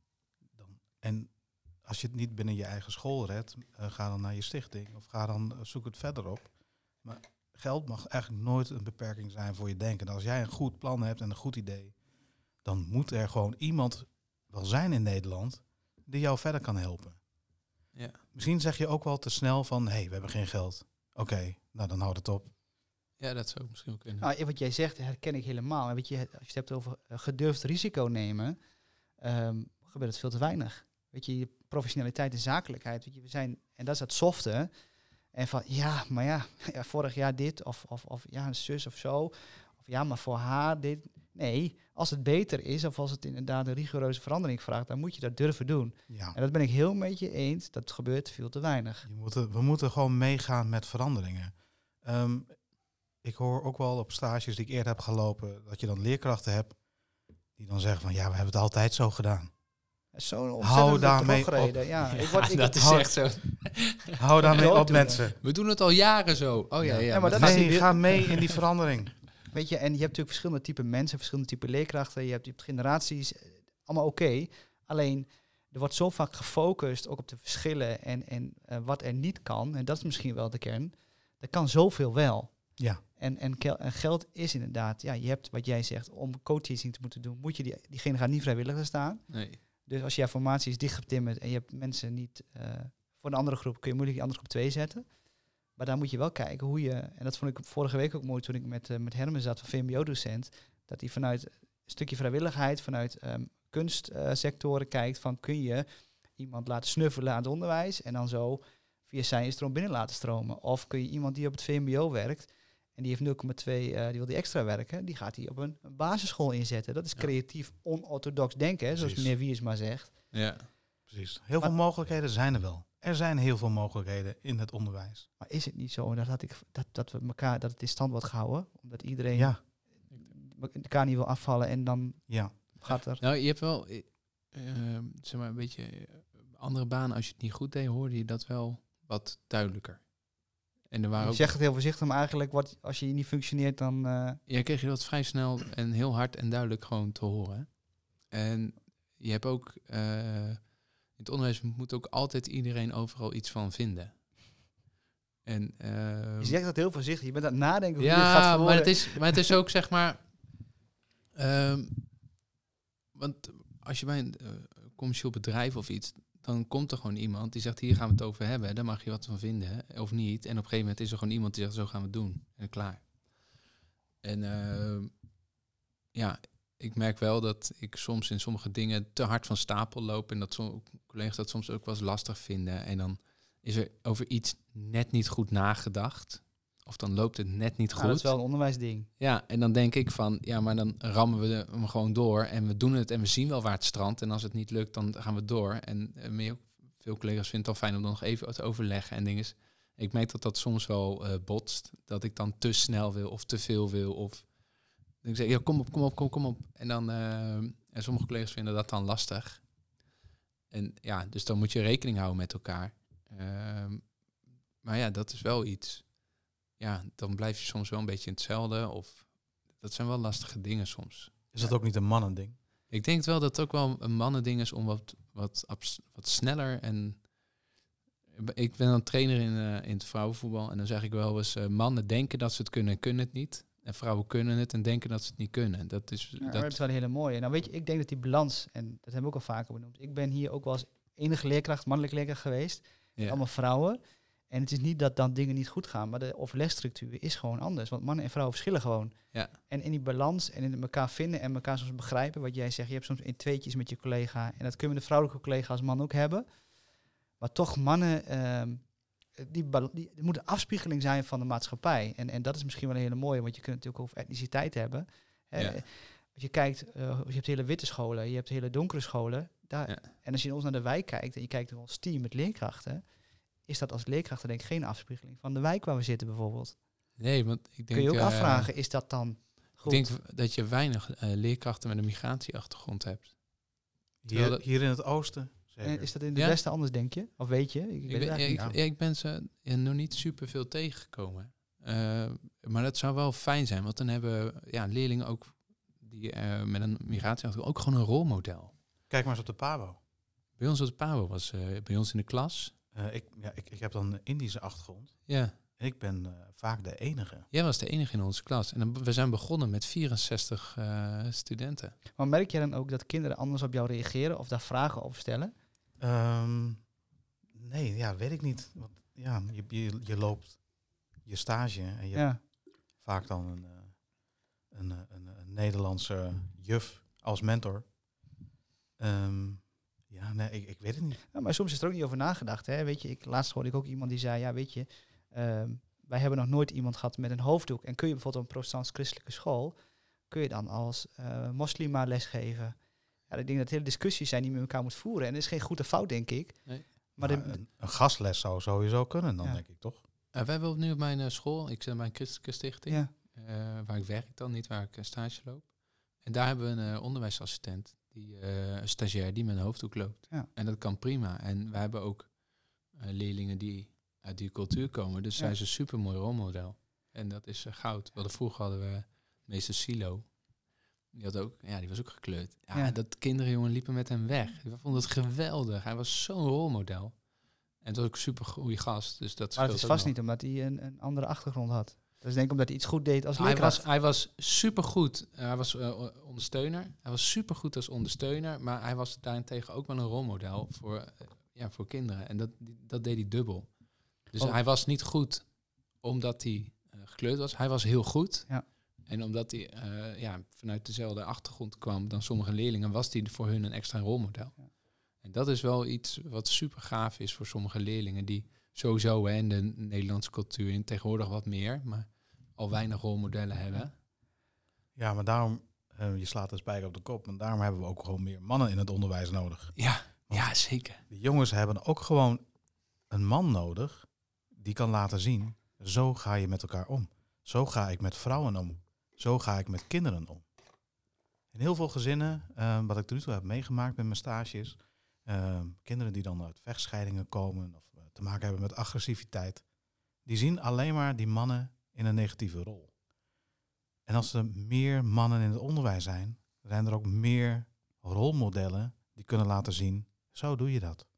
en als je het niet binnen je eigen school redt, ga dan naar je stichting of ga dan zoek het verder op. Maar geld mag eigenlijk nooit een beperking zijn voor je denken. En als jij een goed plan hebt en een goed idee, dan moet er gewoon iemand wel zijn in Nederland die jou verder kan helpen. Ja. Misschien zeg je ook wel te snel van, we hebben geen geld. Oké, nou dan houd het op. Ja, dat zou misschien ook kunnen. Nou, wat jij zegt herken ik helemaal. En weet je, als je het hebt over gedurfd risico nemen, gebeurt het veel te weinig. Weet je professionaliteit en zakelijkheid, weet je, we zijn, en dat is het softe. En van, vorig jaar dit, of ja, een zus of zo. Of ja, maar voor haar dit. Nee, als het beter is, of als het inderdaad een rigoureuze verandering vraagt, dan moet je dat durven doen. Ja. En dat ben ik heel met je eens, dat gebeurt veel te weinig. We moeten gewoon meegaan met veranderingen. Ik hoor ook wel op stages die ik eerder heb gelopen, dat je dan leerkrachten hebt die dan zeggen van, ja, we hebben het altijd zo gedaan. Zo'n Hou ontzettende daarmee drogreden. op. Ja, Dat is hou- echt zo. Hou daarmee op, Dooddoener. mensen. We doen het al jaren zo. Oh ja. Ja, maar dat dat is Nee, die- ga mee in die verandering. Weet je, en je hebt natuurlijk verschillende typen mensen, verschillende typen leerkrachten, je hebt generaties, allemaal oké. Alleen, er wordt zo vaak gefocust ook op de verschillen en wat er niet kan, en dat is misschien wel de kern, er kan zoveel wel. Ja. En geld is inderdaad, ja, je hebt wat jij zegt, om co-teaching te moeten doen, moet je diegene gaat niet vrijwillig staan. Nee. Dus als je formatie is dichtgetimmerd en je hebt mensen niet, voor een andere groep kun je moeilijk die andere groep 2 zetten. Maar daar moet je wel kijken hoe je, en dat vond ik vorige week ook mooi toen ik met Hermen zat, van VMBO-docent, dat hij vanuit een stukje vrijwilligheid, vanuit kunstsectoren kijkt van kun je iemand laten snuffelen aan het onderwijs en dan zo via zijn instroom binnen laten stromen. Of kun je iemand die op het VMBO werkt en die heeft 0,2, die wil die extra werken, die gaat hij op een basisschool inzetten. Dat is creatief onorthodox denken, hè, zoals Precies. Meneer Wiersma zegt. Ja. Precies. Heel veel mogelijkheden zijn er wel. Er zijn heel veel mogelijkheden in het onderwijs. Maar is het niet zo dat we elkaar, dat het in stand wordt gehouden? Omdat iedereen Ja, elkaar niet wil afvallen en dan ja. gaat er... Nou, je hebt wel, zeg maar, een beetje andere banen. Als je het niet goed deed, hoorde je dat wel wat duidelijker. En er waren Je ook, zegt het heel voorzichtig, maar eigenlijk als je niet functioneert, dan... ja, kreeg je dat vrij snel en heel hard en duidelijk gewoon te horen. En je hebt ook, in het onderwijs moet ook altijd iedereen overal iets van vinden. En, je zegt dat heel voorzichtig, je bent aan het nadenken hoe je het gaat ja, verwoorden. maar het is ook zeg maar, want als je bij een commercieel bedrijf of iets, dan komt er gewoon iemand die zegt, hier gaan we het over hebben. Daar mag je wat van vinden, of niet. En op een gegeven moment is er gewoon iemand die zegt, zo gaan we het doen. En klaar. En ja, ik merk wel dat ik soms in sommige dingen te hard van stapel loop. En dat collega's dat soms ook wel eens lastig vinden. En dan is er over iets net niet goed nagedacht. Of dan loopt het net niet goed. Nou, dat is wel een onderwijsding. Ja, en dan denk ik van, ja, maar dan rammen we hem gewoon door en we doen het en we zien wel waar het strandt. En als het niet lukt, dan gaan we door. En veel collega's vinden het al fijn om dan nog even te overleggen en dingen. Ik merk dat dat soms wel botst, dat ik dan te snel wil of te veel wil. Of ik zeg, ja, kom op. En dan, en sommige collega's vinden dat dan lastig. En ja, dus dan moet je rekening houden met elkaar. Maar ja, dat is wel iets. Ja, dan blijf je soms wel een beetje in hetzelfde. Of dat zijn wel lastige dingen soms. Is dat ook niet een mannending? Ik denk wel dat het ook wel een mannending is om wat sneller en Ik ben dan trainer in het vrouwenvoetbal. En dan zeg ik wel eens, mannen denken dat ze het kunnen en kunnen het niet. En vrouwen kunnen het en denken dat ze het niet kunnen. Dat is, Ja, dat is wel een hele mooie. Nou weet je, ik denk dat die balans, en dat hebben we ook al vaker benoemd. Ik ben hier ook wel als enige leerkracht, mannelijke leerkracht geweest. Ja. Allemaal vrouwen. En het is niet dat dan dingen niet goed gaan, maar de overlegstructuur is gewoon anders. Want mannen en vrouwen verschillen gewoon. Ja. En in die balans en in elkaar vinden en elkaar soms begrijpen. Wat jij zegt, je hebt soms in tweetjes met je collega. En dat kunnen de vrouwelijke collega als man ook hebben. Maar toch mannen, er moet een afspiegeling zijn van de maatschappij. En dat is misschien wel een hele mooie, want je kunt het natuurlijk over etniciteit hebben. Ja. Als je kijkt, je hebt hele witte scholen, je hebt hele donkere scholen. Daar, Ja. En als je ons naar de wijk kijkt en je kijkt naar ons team met leerkrachten, is dat als leerkrachten denk ik geen afspiegeling van de wijk waar we zitten bijvoorbeeld. Nee, want ik denk... Kun je ook afvragen, is dat dan goed? Ik denk dat je weinig leerkrachten met een migratieachtergrond hebt. Hier in het oosten. Zeker. Is dat in de Ja? Westen anders, denk je? Of weet je? Ik weet het eigenlijk niet. Ik ben ze nog niet superveel tegengekomen. Maar dat zou wel fijn zijn, want dan hebben leerlingen ook die met een migratieachtergrond ook gewoon een rolmodel. Kijk maar eens op de PABO. Bij ons op de PABO was bij ons in de klas. Ik heb dan een Indische achtergrond. Ja, En ik ben vaak de enige. jij was de enige in onze klas. En we zijn begonnen met 64 studenten. Maar merk je dan ook dat kinderen anders op jou reageren of daar vragen over stellen? Nee, weet ik niet. Want, je loopt je stage en je hebt Ja. vaak dan een Nederlandse juf als mentor. Ik weet het niet. Ja, maar soms is er ook niet over nagedacht. Hè? Weet je, laatst hoorde ik ook iemand die zei, wij hebben nog nooit iemand gehad met een hoofddoek. En kun je bijvoorbeeld op een protestants-christelijke school, kun je dan als moslima lesgeven? Ja, ik denk dat hele discussies zijn die je met elkaar moet voeren. En dat is geen goed of fout, denk ik. Nee. Maar een gastles zou sowieso kunnen dan, Ja. denk ik, toch? We hebben nu op mijn school, ik zit bij een christelijke stichting, ja. waar ik werk dan, niet waar ik stage loop. En daar hebben we een onderwijsassistent, een stagiair die met een hoofddoek loopt. Ja. En dat kan prima. En we hebben ook leerlingen die uit die cultuur komen. Dus zij is een super mooi rolmodel. En dat is goud. Vroeger hadden we meester Silo. Die was ook gekleurd. Ja. Dat kinderen, jongen, liepen met hem weg. We vonden het geweldig. Hij was zo'n rolmodel. En het was ook een super goede gast. Dus dat Maar het is scheelt ook vast nog. niet omdat hij een andere achtergrond had. Dat is denk ik omdat hij iets goed deed als leerkracht. Hij was supergoed. Hij was ondersteuner. Hij was supergoed als ondersteuner. Maar hij was daarentegen ook wel een rolmodel voor kinderen. En dat deed hij dubbel. Dus hij was niet goed omdat hij gekleurd was. Hij was heel goed. Ja. En omdat hij vanuit dezelfde achtergrond kwam dan sommige leerlingen, was hij voor hun een extra rolmodel. Ja. En dat is wel iets wat super gaaf is voor sommige leerlingen die sowieso in de Nederlandse cultuur in tegenwoordig wat meer, maar al weinig rolmodellen hebben. Ja, maar daarom, je slaat de spijker op de kop, en daarom hebben we ook gewoon meer mannen in het onderwijs nodig. Ja, zeker. De jongens hebben ook gewoon een man nodig die kan laten zien, zo ga je met elkaar om. Zo ga ik met vrouwen om. Zo ga ik met kinderen om. In heel veel gezinnen, wat ik tot nu toe heb meegemaakt met mijn stages, kinderen die dan uit vechtscheidingen komen of te maken hebben met agressiviteit, die zien alleen maar die mannen in een negatieve rol. En als er meer mannen in het onderwijs zijn er ook meer rolmodellen die kunnen laten zien, zo doe je dat.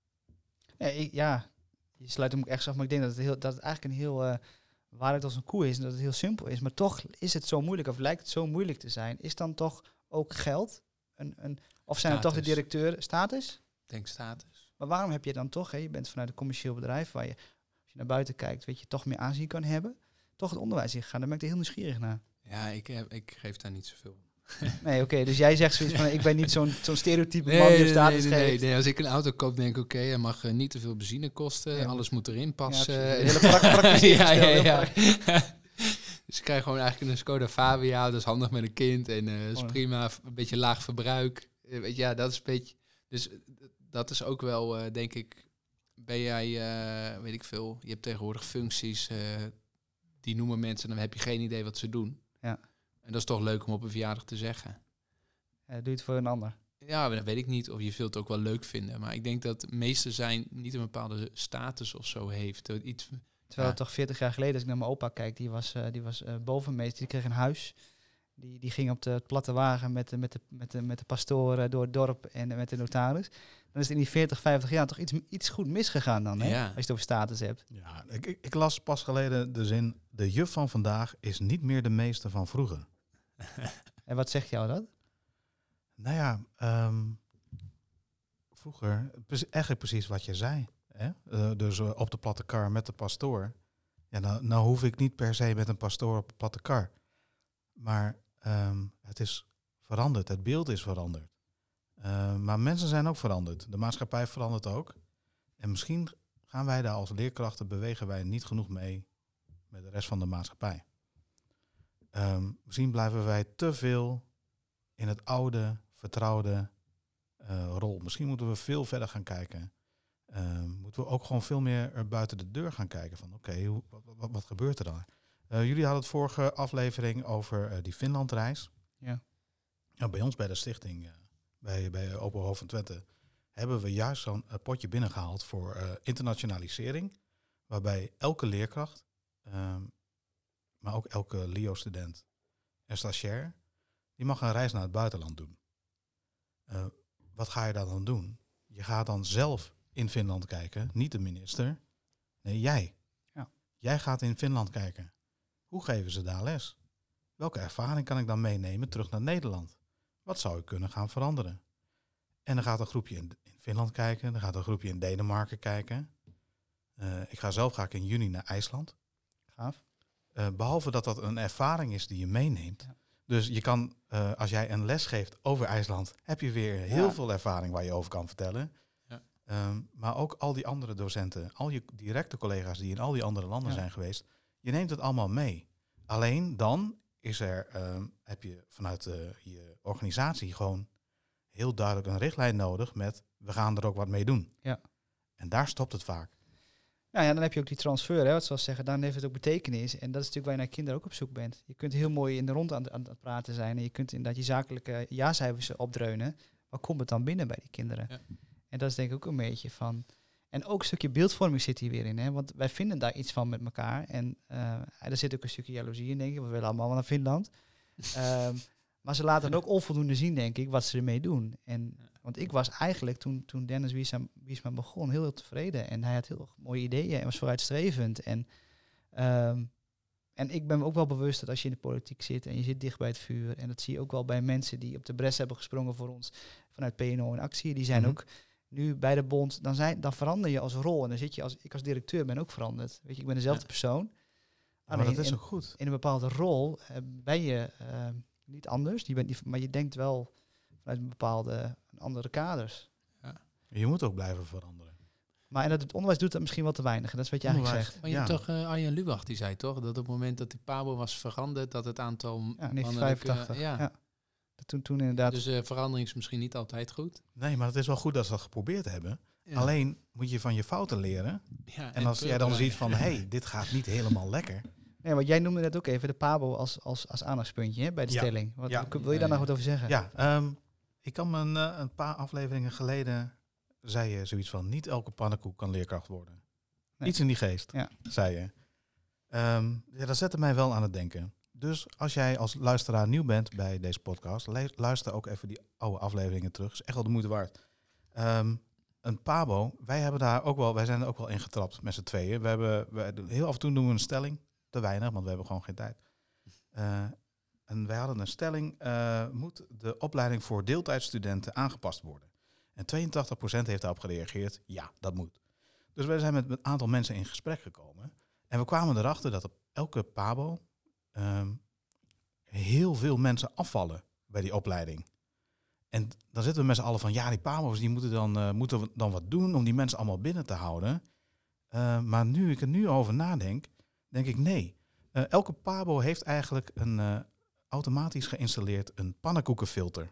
Je sluit hem ook echt af, maar ik denk dat het eigenlijk een heel waarheid als een koe is en dat het heel simpel is. Maar toch is het zo moeilijk, of lijkt het zo moeilijk te zijn. Is dan toch ook geld? Of zijn het toch de directeur status? Ik denk status. Maar waarom heb je dan toch, je bent vanuit een commercieel bedrijf waar je, als je naar buiten kijkt, weet je, toch meer aanzien kan hebben, toch het onderwijs ingegaan? Daar ben ik er heel nieuwsgierig naar. Ja, ik geef daar niet zoveel om. Nee, oké, dus jij zegt zoiets van, ik ben niet zo'n stereotype man die op status geeft. Nee, als ik een auto koop, denk ik, oké, hij mag niet te veel benzine kosten, Ja. Alles moet erin passen. Ja, hele praktisch ja. Dus ik krijg gewoon eigenlijk een Skoda Fabia, dat is handig met een kind en is prima, een beetje laag verbruik. Weet je, dat is een beetje. Dus dat is ook wel, denk ik, ben jij, weet ik veel, je hebt tegenwoordig functies, die noemen mensen, dan heb je geen idee wat ze doen. Ja. En dat is toch leuk om op een verjaardag te zeggen. Doe je het voor een ander? Ja, dat weet ik niet. Of je zult het ook wel leuk vinden. Maar ik denk dat meester zijn niet een bepaalde status of zo heeft. Terwijl toch 40 jaar geleden, als ik naar mijn opa kijk, die was bovenmeester, die kreeg een huis. Die ging op de platte wagen met de pastoor door het dorp en met de notaris. Dan is het in die 40, 50 jaar toch iets goed misgegaan dan, hè? Ja. Als je het over status hebt. Ja, ik las pas geleden de zin... De juf van vandaag is niet meer de meester van vroeger. En wat zegt jou dat? Nou ja, vroeger, eigenlijk precies wat je zei. Hè? Dus op de platte kar met de pastoor. Ja, nou hoef ik niet per se met een pastoor op de platte kar. Maar het is veranderd, het beeld is veranderd. Maar mensen zijn ook veranderd. De maatschappij verandert ook. En misschien gaan wij daar als leerkrachten, bewegen wij niet genoeg mee met de rest van de maatschappij. Misschien blijven wij te veel in het oude, vertrouwde rol. Misschien moeten we veel verder gaan kijken. Moeten we ook gewoon veel meer buiten de deur gaan kijken van oké, wat gebeurt er dan? Jullie hadden het vorige aflevering over die Finlandreis. Ja. Nou, bij ons bij de stichting, bij Open Hoofd van Twente, hebben we juist zo'n potje binnengehaald voor internationalisering. Waarbij elke leerkracht, maar ook elke LEO-student en stagiair, die mag een reis naar het buitenland doen. Wat ga je daar dan doen? Je gaat dan zelf in Finland kijken, niet de minister. Nee, jij. Ja. Jij gaat in Finland kijken. Hoe geven ze daar les? Welke ervaring kan ik dan meenemen terug naar Nederland? Wat zou ik kunnen gaan veranderen? En dan gaat een groepje in Finland kijken, dan gaat een groepje in Denemarken kijken. Ik ga in juni naar IJsland. Gaaf. Behalve dat dat een ervaring is die je meeneemt. Ja. Dus je kan, als jij een les geeft over IJsland, heb je weer heel veel ervaring waar je over kan vertellen. Ja. Maar ook al die andere docenten, al je directe collega's die in al die andere landen zijn geweest, je neemt het allemaal mee. Alleen dan is heb je vanuit je organisatie gewoon heel duidelijk een richtlijn nodig met we gaan er ook wat mee doen. Ja. En daar stopt het vaak. Nou ja, dan heb je ook die transfer, hè, wat zoals zeggen, dan heeft het ook betekenis. En dat is natuurlijk waar je naar kinderen ook op zoek bent. Je kunt heel mooi in de rond aan het praten zijn en je kunt inderdaad je zakelijke jaarcijfers opdreunen. Maar komt het dan binnen bij die kinderen? Ja. En dat is denk ik ook een beetje van... En ook een stukje beeldvorming zit hier weer in, hè, want wij vinden daar iets van met elkaar. En er zit ook een stukje jaloezie in, denk ik. We willen allemaal naar Finland. Maar ze laten ook onvoldoende zien, denk ik, wat ze ermee doen. En, want ik was eigenlijk, toen Dennis Wiesma begon, heel tevreden. En hij had heel mooie ideeën en was vooruitstrevend. En ik ben me ook wel bewust dat als je in de politiek zit en je zit dicht bij het vuur, en dat zie je ook wel bij mensen die op de bres hebben gesprongen voor ons vanuit PNO in actie, die zijn ook nu bij de bond, dan verander je als rol. En dan zit je ik als directeur ben ook veranderd. Weet je, ik ben dezelfde persoon. Alleen, maar dat is ook goed. In een bepaalde rol ben je niet anders, maar je denkt wel vanuit een andere kaders. Ja. Je moet ook blijven veranderen. Maar en het onderwijs doet dat misschien wel te weinig. Dat is wat je eigenlijk zegt. Maar je hebt toch, Arjen Lubach die zei toch, dat op het moment dat die PABO was veranderd, dat het aantal... Ja, 1985. Ja. Toen inderdaad. Dus verandering is misschien niet altijd goed. Nee, maar het is wel goed dat ze dat geprobeerd hebben. Ja. Alleen moet je van je fouten leren. Ja, en als jij dan ziet van, dit gaat niet helemaal lekker. Nee, want jij noemde net ook even de PABO als aandachtspuntje, hè, bij de stelling. Wil je daar nog wat over zeggen? Ja, ik kan me een paar afleveringen geleden zei je zoiets van, niet elke pannenkoek kan leerkracht worden. Nee. Iets in die geest, zei je. Dat zette mij wel aan het denken. Dus als jij als luisteraar nieuw bent bij deze podcast, luister ook even die oude afleveringen terug. Is echt wel de moeite waard. Een PABO, wij zijn er ook wel in getrapt met z'n tweeën. Heel af en toe doen we een stelling. Te weinig, want we hebben gewoon geen tijd. En wij hadden een stelling, moet de opleiding voor deeltijdstudenten aangepast worden? En 82% heeft daarop gereageerd, ja, dat moet. Dus wij zijn met een aantal mensen in gesprek gekomen. En we kwamen erachter dat op elke PABO heel veel mensen afvallen bij die opleiding. En dan zitten we met z'n allen van, die PABO's die moeten we dan wat doen om die mensen allemaal binnen te houden. Maar nu ik er nu over nadenk, denk ik nee. Elke PABO heeft eigenlijk een automatisch geïnstalleerd een pannenkoekenfilter.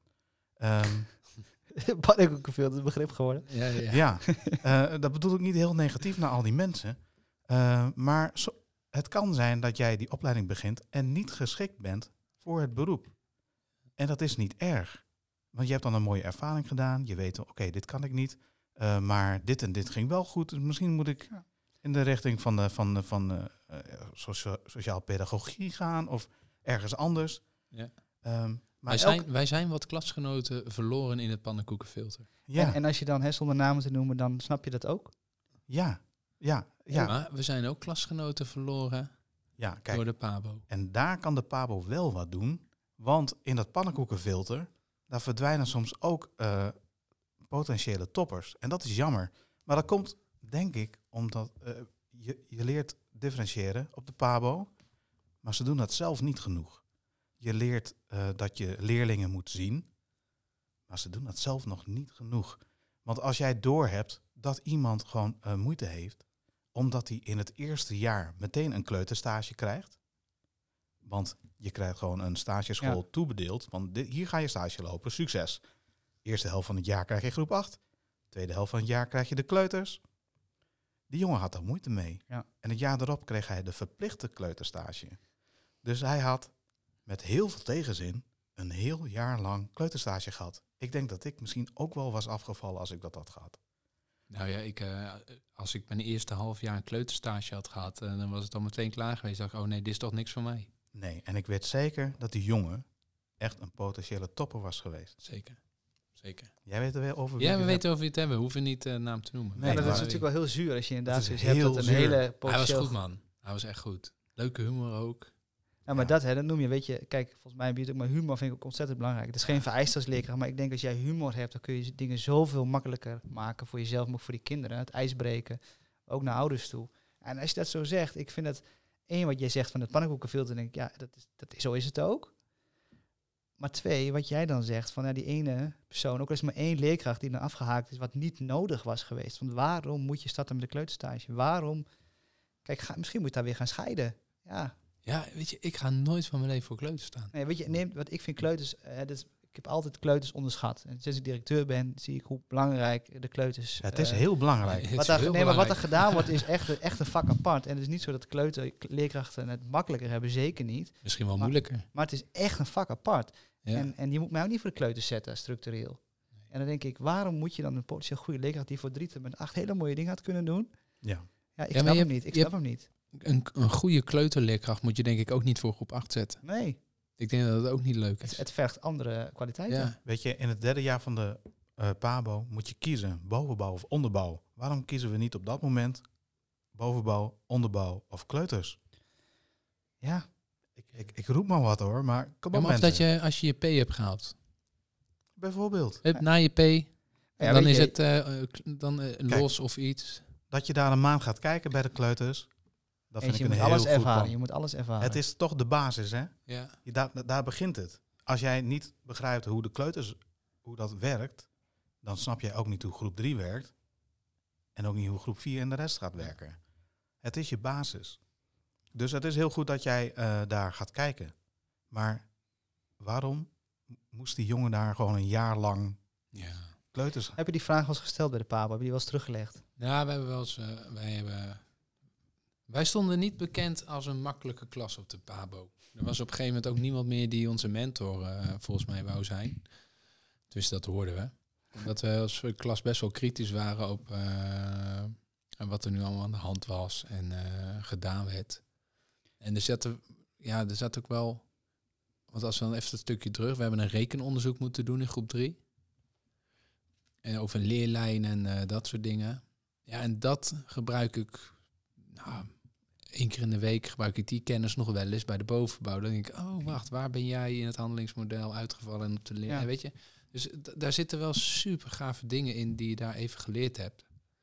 Pannenkoekenfilter is een begrip geworden. Ja. Dat bedoel ik niet heel negatief naar al die mensen. Maar het kan zijn dat jij die opleiding begint en niet geschikt bent voor het beroep. En dat is niet erg. Want je hebt dan een mooie ervaring gedaan. Je weet, oké, dit kan ik niet. Maar dit en dit ging wel goed. Dus misschien moet ik in de richting van sociaal pedagogie gaan of ergens anders. Ja. Maar Wij zijn wat klasgenoten verloren in het pannenkoekenfilter. ja, En als je dan, zonder namen te noemen, dan snap je dat ook? ja. Maar we zijn ook klasgenoten verloren Ja, kijk. door de Pabo. En daar kan de Pabo wel wat doen. Want in dat pannenkoekenfilter, daar verdwijnen soms ook potentiële toppers. En dat is jammer. Maar dat komt, denk ik, omdat je leert differentiëren op de Pabo. Maar ze doen dat zelf niet genoeg. Je leert dat je leerlingen moet zien. Maar ze doen dat zelf nog niet genoeg. Want als jij doorhebt dat iemand gewoon moeite heeft, omdat hij in het eerste jaar meteen een kleuterstage krijgt. Want je krijgt gewoon een stageschool toebedeeld. Want hier ga je stage lopen. Succes. Eerste helft van het jaar krijg je groep 8. Tweede helft van het jaar krijg je de kleuters. Die jongen had daar moeite mee. Ja. En het jaar erop kreeg hij de verplichte kleuterstage. Dus hij had met heel veel tegenzin een heel jaar lang kleuterstage gehad. Ik denk dat ik misschien ook wel was afgevallen als ik dat had gehad. Nou ja, als ik mijn eerste half jaar een kleuterstage had gehad, dan was het al meteen klaar geweest. Dacht ik, oh nee, dit is toch niks voor mij. Nee, en ik weet zeker dat die jongen echt een potentiële topper was geweest. Zeker. Jij weet er wel over? Ja, we weten over wie het hebben. We hoeven niet naam te noemen. Nee, Ja, dat is maar- natuurlijk wel heel zuur als je inderdaad Dat is zoiets hebt dat heel een zuur. hele Hij was potentieel... goed, man. Hij was echt goed. Leuke humor ook. Ja, maar Ja. dat noem je, weet je, kijk, volgens mij biedt ook maar humor vind ik ook ontzettend belangrijk. Het is geen vereiste als leerkracht, maar ik denk als jij humor hebt, dan kun je dingen zoveel makkelijker maken voor jezelf, maar ook voor die kinderen. Het ijs breken, ook naar ouders toe. En als je dat zo zegt, ik vind dat één wat jij zegt van het pannenkoekenfilter, denk ik, ja, zo is het ook. Maar twee, wat jij dan zegt van die ene persoon, ook al is maar één leerkracht die dan afgehaakt is, wat niet nodig was geweest. Want waarom moet je starten met de kleuterstage? Waarom? Kijk, misschien moet je daar weer gaan scheiden. Ja. Ja, weet je, ik ga nooit van mijn leven voor kleuter staan. Nee, weet je, wat ik vind kleuters, ik heb altijd kleuters onderschat. En sinds ik directeur ben, zie ik hoe belangrijk de kleuters... Het is heel belangrijk. Het is Wat er, heel nee, maar wat er belangrijk. gedaan wordt is echt een vak apart. En het is niet zo dat leerkrachten het makkelijker hebben, zeker niet. Misschien wel Maar- moeilijker. Maar het is echt een vak apart. Ja. En je moet mij ook niet voor de kleuters zetten, structureel. En dan denk ik, waarom moet je dan een potentieel goede leerkracht die voor 3 tot met 8 hele mooie dingen had kunnen doen? Ja. Ja, ik maar snap je hem hebt- niet. Ik je snap hem niet. Een goede kleuterleerkracht moet je denk ik ook niet voor groep 8 zetten. Nee, Ik denk dat het ook niet leuk is. het vergt andere kwaliteiten. Ja. Weet je, in het derde jaar van de PABO moet je kiezen, bovenbouw of onderbouw. Waarom kiezen we niet op dat moment bovenbouw, onderbouw of kleuters? Ja. Ik roep maar wat hoor, maar kom Ja, op maar of mensen. dat je, als je je P hebt gehaald, Bijvoorbeeld, na je P, Ja, dan weet is je, het los of iets. dat je daar een maand gaat kijken bij de kleuters, dat en vind je ik moet een heel alles goed ervaren. plan. Je moet alles ervaren. Het is toch de basis, hè? Ja. Daar begint het. Als jij niet begrijpt hoe de kleuters, hoe dat werkt, dan snap jij ook niet hoe groep 3 werkt. En ook niet hoe groep 4 en de rest gaat werken. Het is je basis. Dus het is heel goed dat jij daar gaat kijken. Maar waarom moest die jongen daar gewoon een jaar lang Ja. kleuters... Heb je die vraag wel eens gesteld bij de PABO? Heb je die wel eens teruggelegd? Ja, we hebben wel eens, wij stonden niet bekend als een makkelijke klas op de PABO. Er was op een gegeven moment ook niemand meer die onze mentor volgens mij wou zijn. Dus dat hoorden we. Omdat we als klas best wel kritisch waren op wat er nu allemaal aan de hand was en gedaan werd. En er zat ook wel... Want als we dan even een stukje terug... We hebben een rekenonderzoek moeten doen in groep 3. En over een leerlijn en dat soort dingen. Ja, en dat gebruik ik... Nou, 1 keer in de week gebruik ik die kennis nog wel eens bij de bovenbouw. Dan denk ik, oh wacht, waar ben jij in het handelingsmodel uitgevallen en op de leer? Ja. En weet je, dus daar zitten wel super gave dingen in die je daar even geleerd hebt.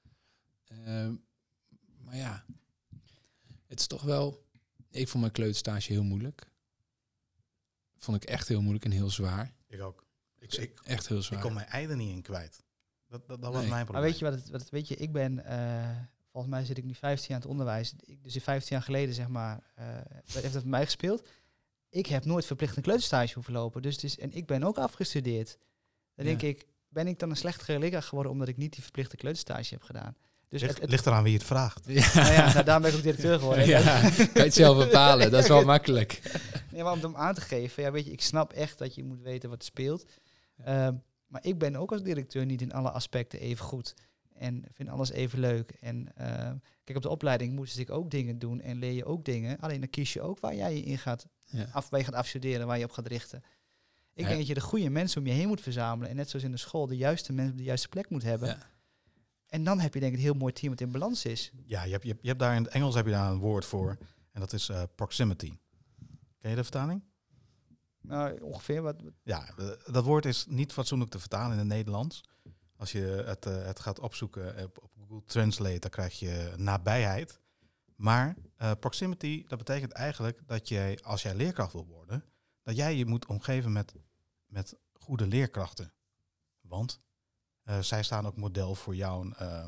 Maar ja, het is toch wel... Ik vond mijn kleuterstage heel moeilijk. Vond ik echt heel moeilijk en heel zwaar. Ik ook. Ik Echt heel zwaar. kon mijn ei er niet in kwijt. Dat was Nee. mijn Maar probleem. weet je wat weet je, ik ben, volgens mij zit ik nu 15 jaar aan het onderwijs. Dus in 15 jaar geleden, zeg maar, heeft dat bij mij gespeeld. Ik heb nooit verplicht een kleuterstage hoeven lopen. Dus het is, en ik ben ook afgestudeerd. Dan denk ik, ben ik dan een slechtere leerkracht geworden omdat ik niet die verplichte kleuterstage heb gedaan? Dus Ligt eraan wie het vraagt. Ja, nou ja, daarom ben ik ook directeur geworden. ja, kan je het zelf bepalen. Dat is wel makkelijk. Nee, maar om het hem aan te geven, ja, weet je, ik snap echt dat je moet weten wat er speelt. Maar ik ben ook als directeur niet in alle aspecten even goed. en vind alles even leuk. En kijk, op de opleiding moest ik ook dingen doen en leer je ook dingen. Alleen dan kies je ook waar jij je in gaat, waar je gaat afstuderen, waar je op gaat richten. Ik denk dat je de goede mensen om je heen moet verzamelen. En net zoals in de school, de juiste mensen op de juiste plek moet hebben. Ja. En dan heb je denk ik een heel mooi team wat in balans is. Ja, je hebt daar in het Engels heb je daar een woord voor. En dat is proximity. Ken je de vertaling? Nou, ongeveer. Wat? Ja, dat woord is niet fatsoenlijk te vertalen in het Nederlands. Als je het gaat opzoeken op Google Translate, dan krijg je nabijheid. Maar proximity, dat betekent eigenlijk dat jij, als jij leerkracht wil worden, dat jij je moet omgeven met goede leerkrachten. Want zij staan ook model voor jouw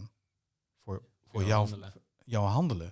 handelen.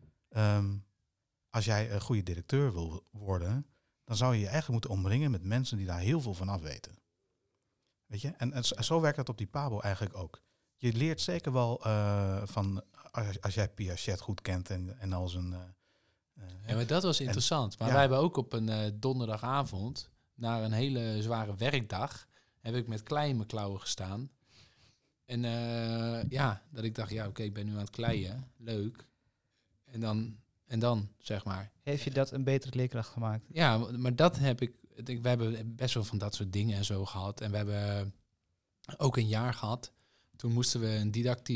Als jij een goede directeur wil worden, dan zou je je eigenlijk moeten omringen met mensen die daar heel veel van af weten. Weet je? En zo werkt het op die Pabo eigenlijk ook. Je leert zeker wel van, als jij Piaget goed kent en als een... ja, maar dat was interessant. Maar wij hebben ook op een donderdagavond, na een hele zware werkdag, heb ik met klei in mijn klauwen gestaan. En dat ik dacht, oké, ik ben nu aan het kleien. Leuk. En dan, zeg maar. Heeft je dat een betere leerkracht gemaakt? Ja, maar dat heb ik... We hebben best wel van dat soort dingen en zo gehad. En we hebben ook een jaar gehad. Toen moesten we een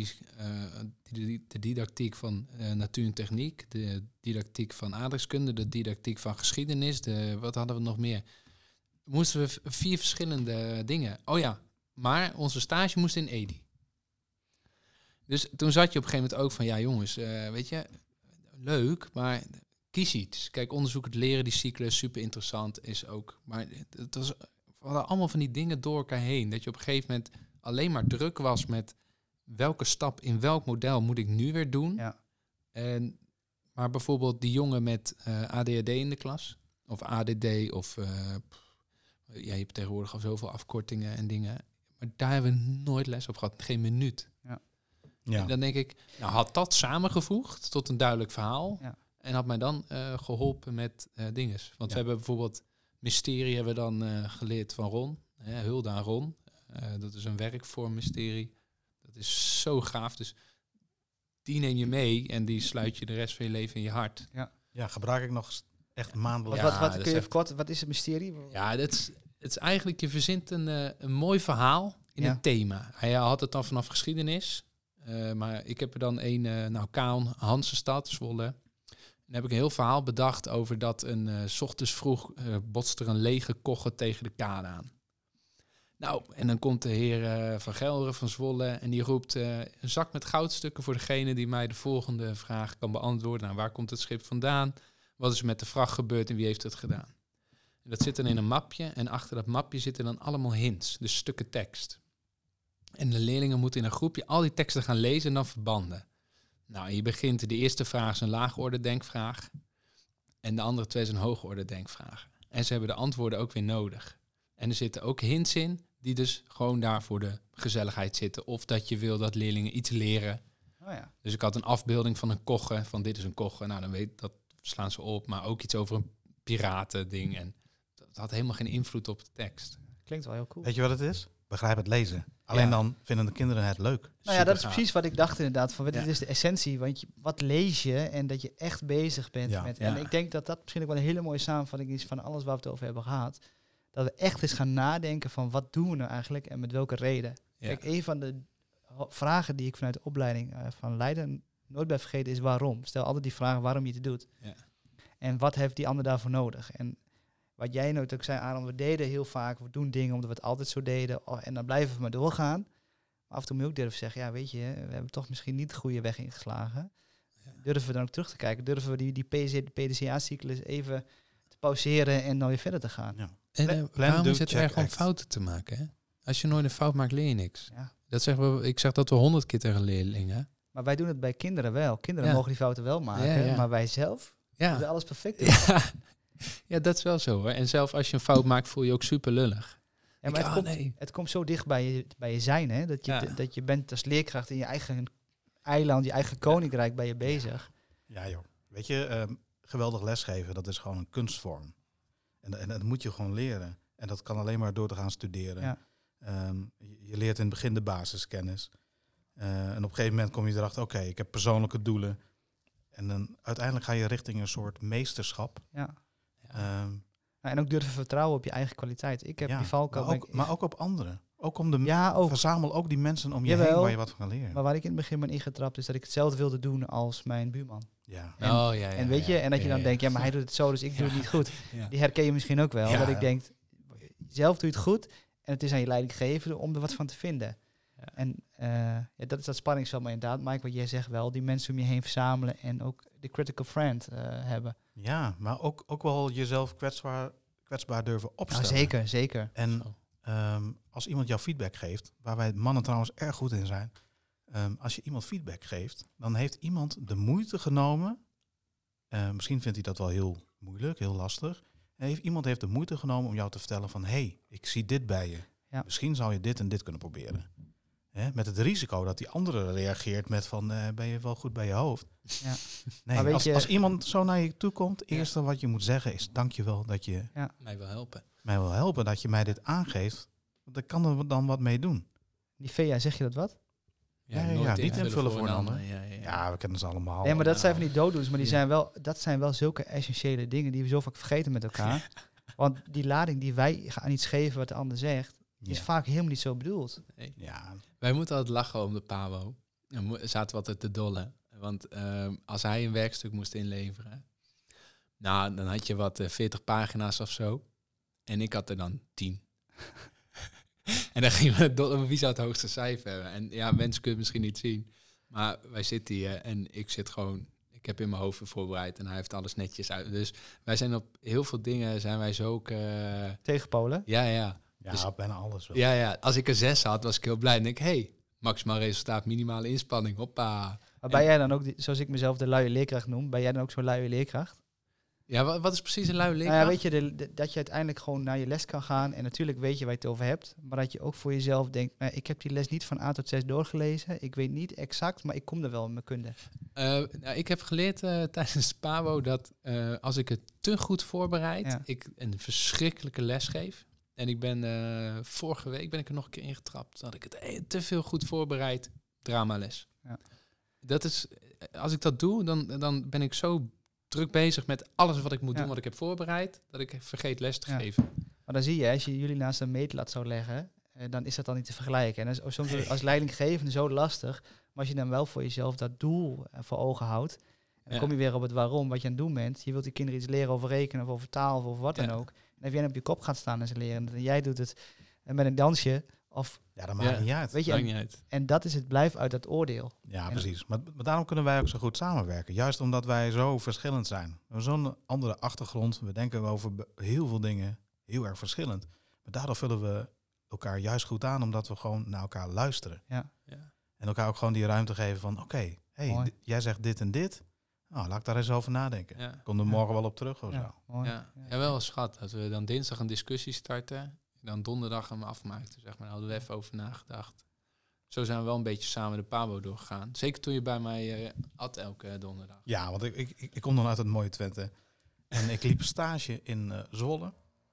de didactiek van natuur en techniek, de didactiek van aardrijkskunde, de didactiek van geschiedenis, wat hadden we nog meer? Moesten we 4 verschillende dingen. Oh ja, maar onze stage moest in Edi. Dus toen zat je op een gegeven moment ook van, ja jongens, weet je, leuk, maar kies iets. Kijk, onderzoek het leren, die cyclus, super interessant is ook. Maar we hadden allemaal van die dingen door elkaar heen. Dat je op een gegeven moment alleen maar druk was met welke stap in welk model moet ik nu weer doen. Ja. Maar bijvoorbeeld die jongen met ADHD in de klas, of ADD, of je hebt tegenwoordig al zoveel afkortingen en dingen. Maar daar hebben we nooit les op gehad, geen minuut. Ja. En dan denk ik, had dat samengevoegd tot een duidelijk verhaal. Ja. En had mij dan geholpen met dinges. Want we hebben bijvoorbeeld mysterie hebben we dan geleerd van Ron. Hulde aan Ron. Dat is een werkvorm mysterie. Dat is zo gaaf. Dus die neem je mee en die sluit je de rest van je leven in je hart. Ja, gebruik ik nog echt maandelijks. Wat kun je even kort, wat is het mysterie? Ja, het is eigenlijk, je verzint een mooi verhaal in een thema. Hij had het dan vanaf geschiedenis. Maar ik heb er dan een, Kaan, Hansenstad, Zwolle. Dan heb ik een heel verhaal bedacht over dat 's ochtends vroeg botst er een lege kogge tegen de kade aan. Nou, en dan komt de heer Van Gelderen van Zwolle en die roept een zak met goudstukken voor degene die mij de volgende vraag kan beantwoorden. Nou, waar komt het schip vandaan? Wat is er met de vracht gebeurd en wie heeft het gedaan? En dat zit dan in een mapje en achter dat mapje zitten dan allemaal hints, dus stukken tekst. En de leerlingen moeten in een groepje al die teksten gaan lezen en dan verbanden. Nou, je begint, de eerste vraag is een laagorde denkvraag. En de andere 2 zijn hoogorde denkvragen. En ze hebben de antwoorden ook weer nodig. En er zitten ook hints in, die dus gewoon daar voor de gezelligheid zitten. Of dat je wil dat leerlingen iets leren. Oh ja. Dus ik had een afbeelding van een kogge, van dit is een kogge. Nou, dan dat slaan ze op. Maar ook iets over een piratending. En dat had helemaal geen invloed op de tekst. Klinkt wel heel cool. Weet je wat het is? Begrijp het lezen. Alleen dan vinden de kinderen het leuk. Nou ja, dat is precies wat ik dacht inderdaad. Van, dit is de essentie. Want wat lees je en dat je echt bezig bent met... En ik denk dat misschien ook wel een hele mooie samenvatting is van alles waar we het over hebben gehad. Dat we echt eens gaan nadenken van wat doen we nou eigenlijk en met welke reden. Ja. Kijk, een van de vragen die ik vanuit de opleiding van Leiden nooit ben vergeten is waarom. Stel altijd die vraag waarom je het doet. Ja. En wat heeft die ander daarvoor nodig? En wat jij nooit ook zei, Aaron, we deden heel vaak, we doen dingen omdat we het altijd zo deden. En dan blijven we maar doorgaan. Maar af en toe moet je ook durven zeggen, ja weet je, we hebben toch misschien niet de goede weg ingeslagen. Ja. Durven we dan ook terug te kijken? Durven we die PDCA-cyclus even te pauzeren en dan weer verder te gaan? Ja. En waarom is het erg om fouten te maken? Hè? Als je nooit een fout maakt, leer je niks. Ja. Ik zeg dat we 100 keer tegen leerlingen. Maar wij doen het bij kinderen wel. Kinderen mogen die fouten wel maken, maar wij zelf doen alles perfect doen. Ja, dat is wel zo hoor. En zelf als je een fout maakt, voel je ook super lullig. Ja, maar het komt zo dicht bij je zijn, hè? Dat je bent als leerkracht in je eigen eiland, je eigen koninkrijk bij je bezig. Ja joh. Weet je, geweldig lesgeven, dat is gewoon een kunstvorm. En dat moet je gewoon leren. En dat kan alleen maar door te gaan studeren. Ja. Je leert in het begin de basiskennis. En op een gegeven moment kom je erachter, oké, ik heb persoonlijke doelen. En dan uiteindelijk ga je richting een soort meesterschap. Ja. Ehm, En ook durven vertrouwen op je eigen kwaliteit. Ik heb die valkuil. maar ook op anderen. Ook om de ook. verzamel ook die mensen om je Jawel. heen waar je wat van kan leren. Maar waar ik in het begin ben ingetrapt is dat ik hetzelfde wilde doen als mijn buurman. Ja. En weet je, en dat je dan denkt, ja, maar hij doet het zo, dus ik doe het niet goed. Ja. Die herken je misschien ook wel. Ja. Dat ik denk, zelf doe je het goed en het is aan je leidinggever om er wat van te vinden. Ja. En dat is dat spanningsveld, maar inderdaad, Mike, wat jij zegt wel, die mensen om je heen verzamelen en ook de critical friend hebben. Ja, maar ook wel jezelf kwetsbaar durven Nou, opstellen. zeker. En als iemand jou feedback geeft, waar wij mannen trouwens erg goed in zijn. Als je iemand feedback geeft, dan heeft iemand de moeite genomen. Misschien vindt hij dat wel heel moeilijk, heel lastig. Iemand heeft de moeite genomen om jou te vertellen van, hey, ik zie dit bij je. Ja. Misschien zou je dit en dit kunnen proberen. Met het risico dat die andere reageert met van, ben je wel goed bij je hoofd? Ja. Nee, Maar weet je, als iemand zo naar je toe komt, het eerste wat je moet zeggen is, dankjewel dat je Mij wil helpen. mij wil helpen, dat je mij dit aangeeft. Want ik kan er dan wat mee doen. Die VA, zeg je dat wat? Ja, niet invullen voor een ander. Ja. Ja, we kennen ze allemaal. Nee, maar dat zijn van die dooddoeners, maar dat zijn wel zulke essentiële dingen die we zo vaak vergeten met elkaar. Want die lading die wij aan iets geven wat de ander zegt, is vaak helemaal niet zo bedoeld. Nee. Ja, Wij moeten altijd lachen om de Pabo. Dan zaten we altijd te dollen. Want als hij een werkstuk moest inleveren, nou, dan had je wat 40 pagina's of zo. En ik had er dan 10. En dan gingen we dollen wie zou het hoogste cijfer hebben. En ja, mensen kunnen het misschien niet zien. Maar wij zitten hier en ik zit gewoon... Ik heb in mijn hoofd voorbereid en hij heeft alles netjes uit. Dus wij zijn op heel veel dingen zijn wij zo ook... Tegenpolen. Ja. ja Dus- bijna alles wel. Ja. Als ik een 6 had, was ik heel blij. En denk ik, hey, maximaal resultaat, minimale inspanning. Hoppa. Maar ben jij dan ook, zoals ik mezelf de luie leerkracht noem, ben jij dan ook zo'n luie leerkracht? Ja, wat is precies een luie Nou leerkracht? ja, weet je, dat je uiteindelijk gewoon naar je les kan gaan. En natuurlijk weet je waar je het over hebt. Maar dat je ook voor jezelf denkt, ik heb die les niet van A tot Z doorgelezen. Ik weet niet exact, maar ik kom er wel in mijn kunde. Ik heb geleerd tijdens de PABO dat als ik het te goed voorbereid, ik een verschrikkelijke les geef. En ik ben vorige week ben ik er nog een keer ingetrapt. Dat ik het te veel goed voorbereid, dramales. Ja. Dat is, als ik dat doe, dan ben ik zo druk bezig met alles wat ik moet doen, wat ik heb voorbereid, dat ik vergeet les te geven. Maar dan zie je, als je jullie naast een meetlat zou leggen, dan is dat dan niet te vergelijken. En dat is soms als leidinggevende zo lastig. Maar als je dan wel voor jezelf dat doel voor ogen houdt, en dan kom je weer op het waarom, wat je aan het doen bent. Je wilt die kinderen iets leren over rekenen of over taal of over wat dan ook. En als jij dan op je kop gaat staan en ze leren, en jij doet het met een dansje, of... Ja, dat maakt niet uit. Weet je, maakt niet uit. En dat is het, blijf uit dat oordeel. Ja, precies. Maar daarom kunnen wij ook zo goed samenwerken. Juist omdat wij zo verschillend zijn. We hebben zo'n andere achtergrond. We denken over heel veel dingen heel erg verschillend. Maar daardoor vullen we elkaar juist goed aan, omdat we gewoon naar elkaar luisteren. Ja. En elkaar ook gewoon die ruimte geven van, oké, jij zegt dit en dit. Nou, laat ik daar eens over nadenken. Ja. Kom er morgen wel op terug of zo. Mooi. Ja, wel schat. Dat we dan dinsdag een discussie starten. Dan donderdag hem afmaakten, zeg maar. Daar hadden we even over nagedacht. Zo zijn we wel een beetje samen de PABO doorgegaan. Zeker toen je bij mij at elke donderdag. Ja, want ik kom dan uit het mooie Twente. En ik liep stage in Zwolle.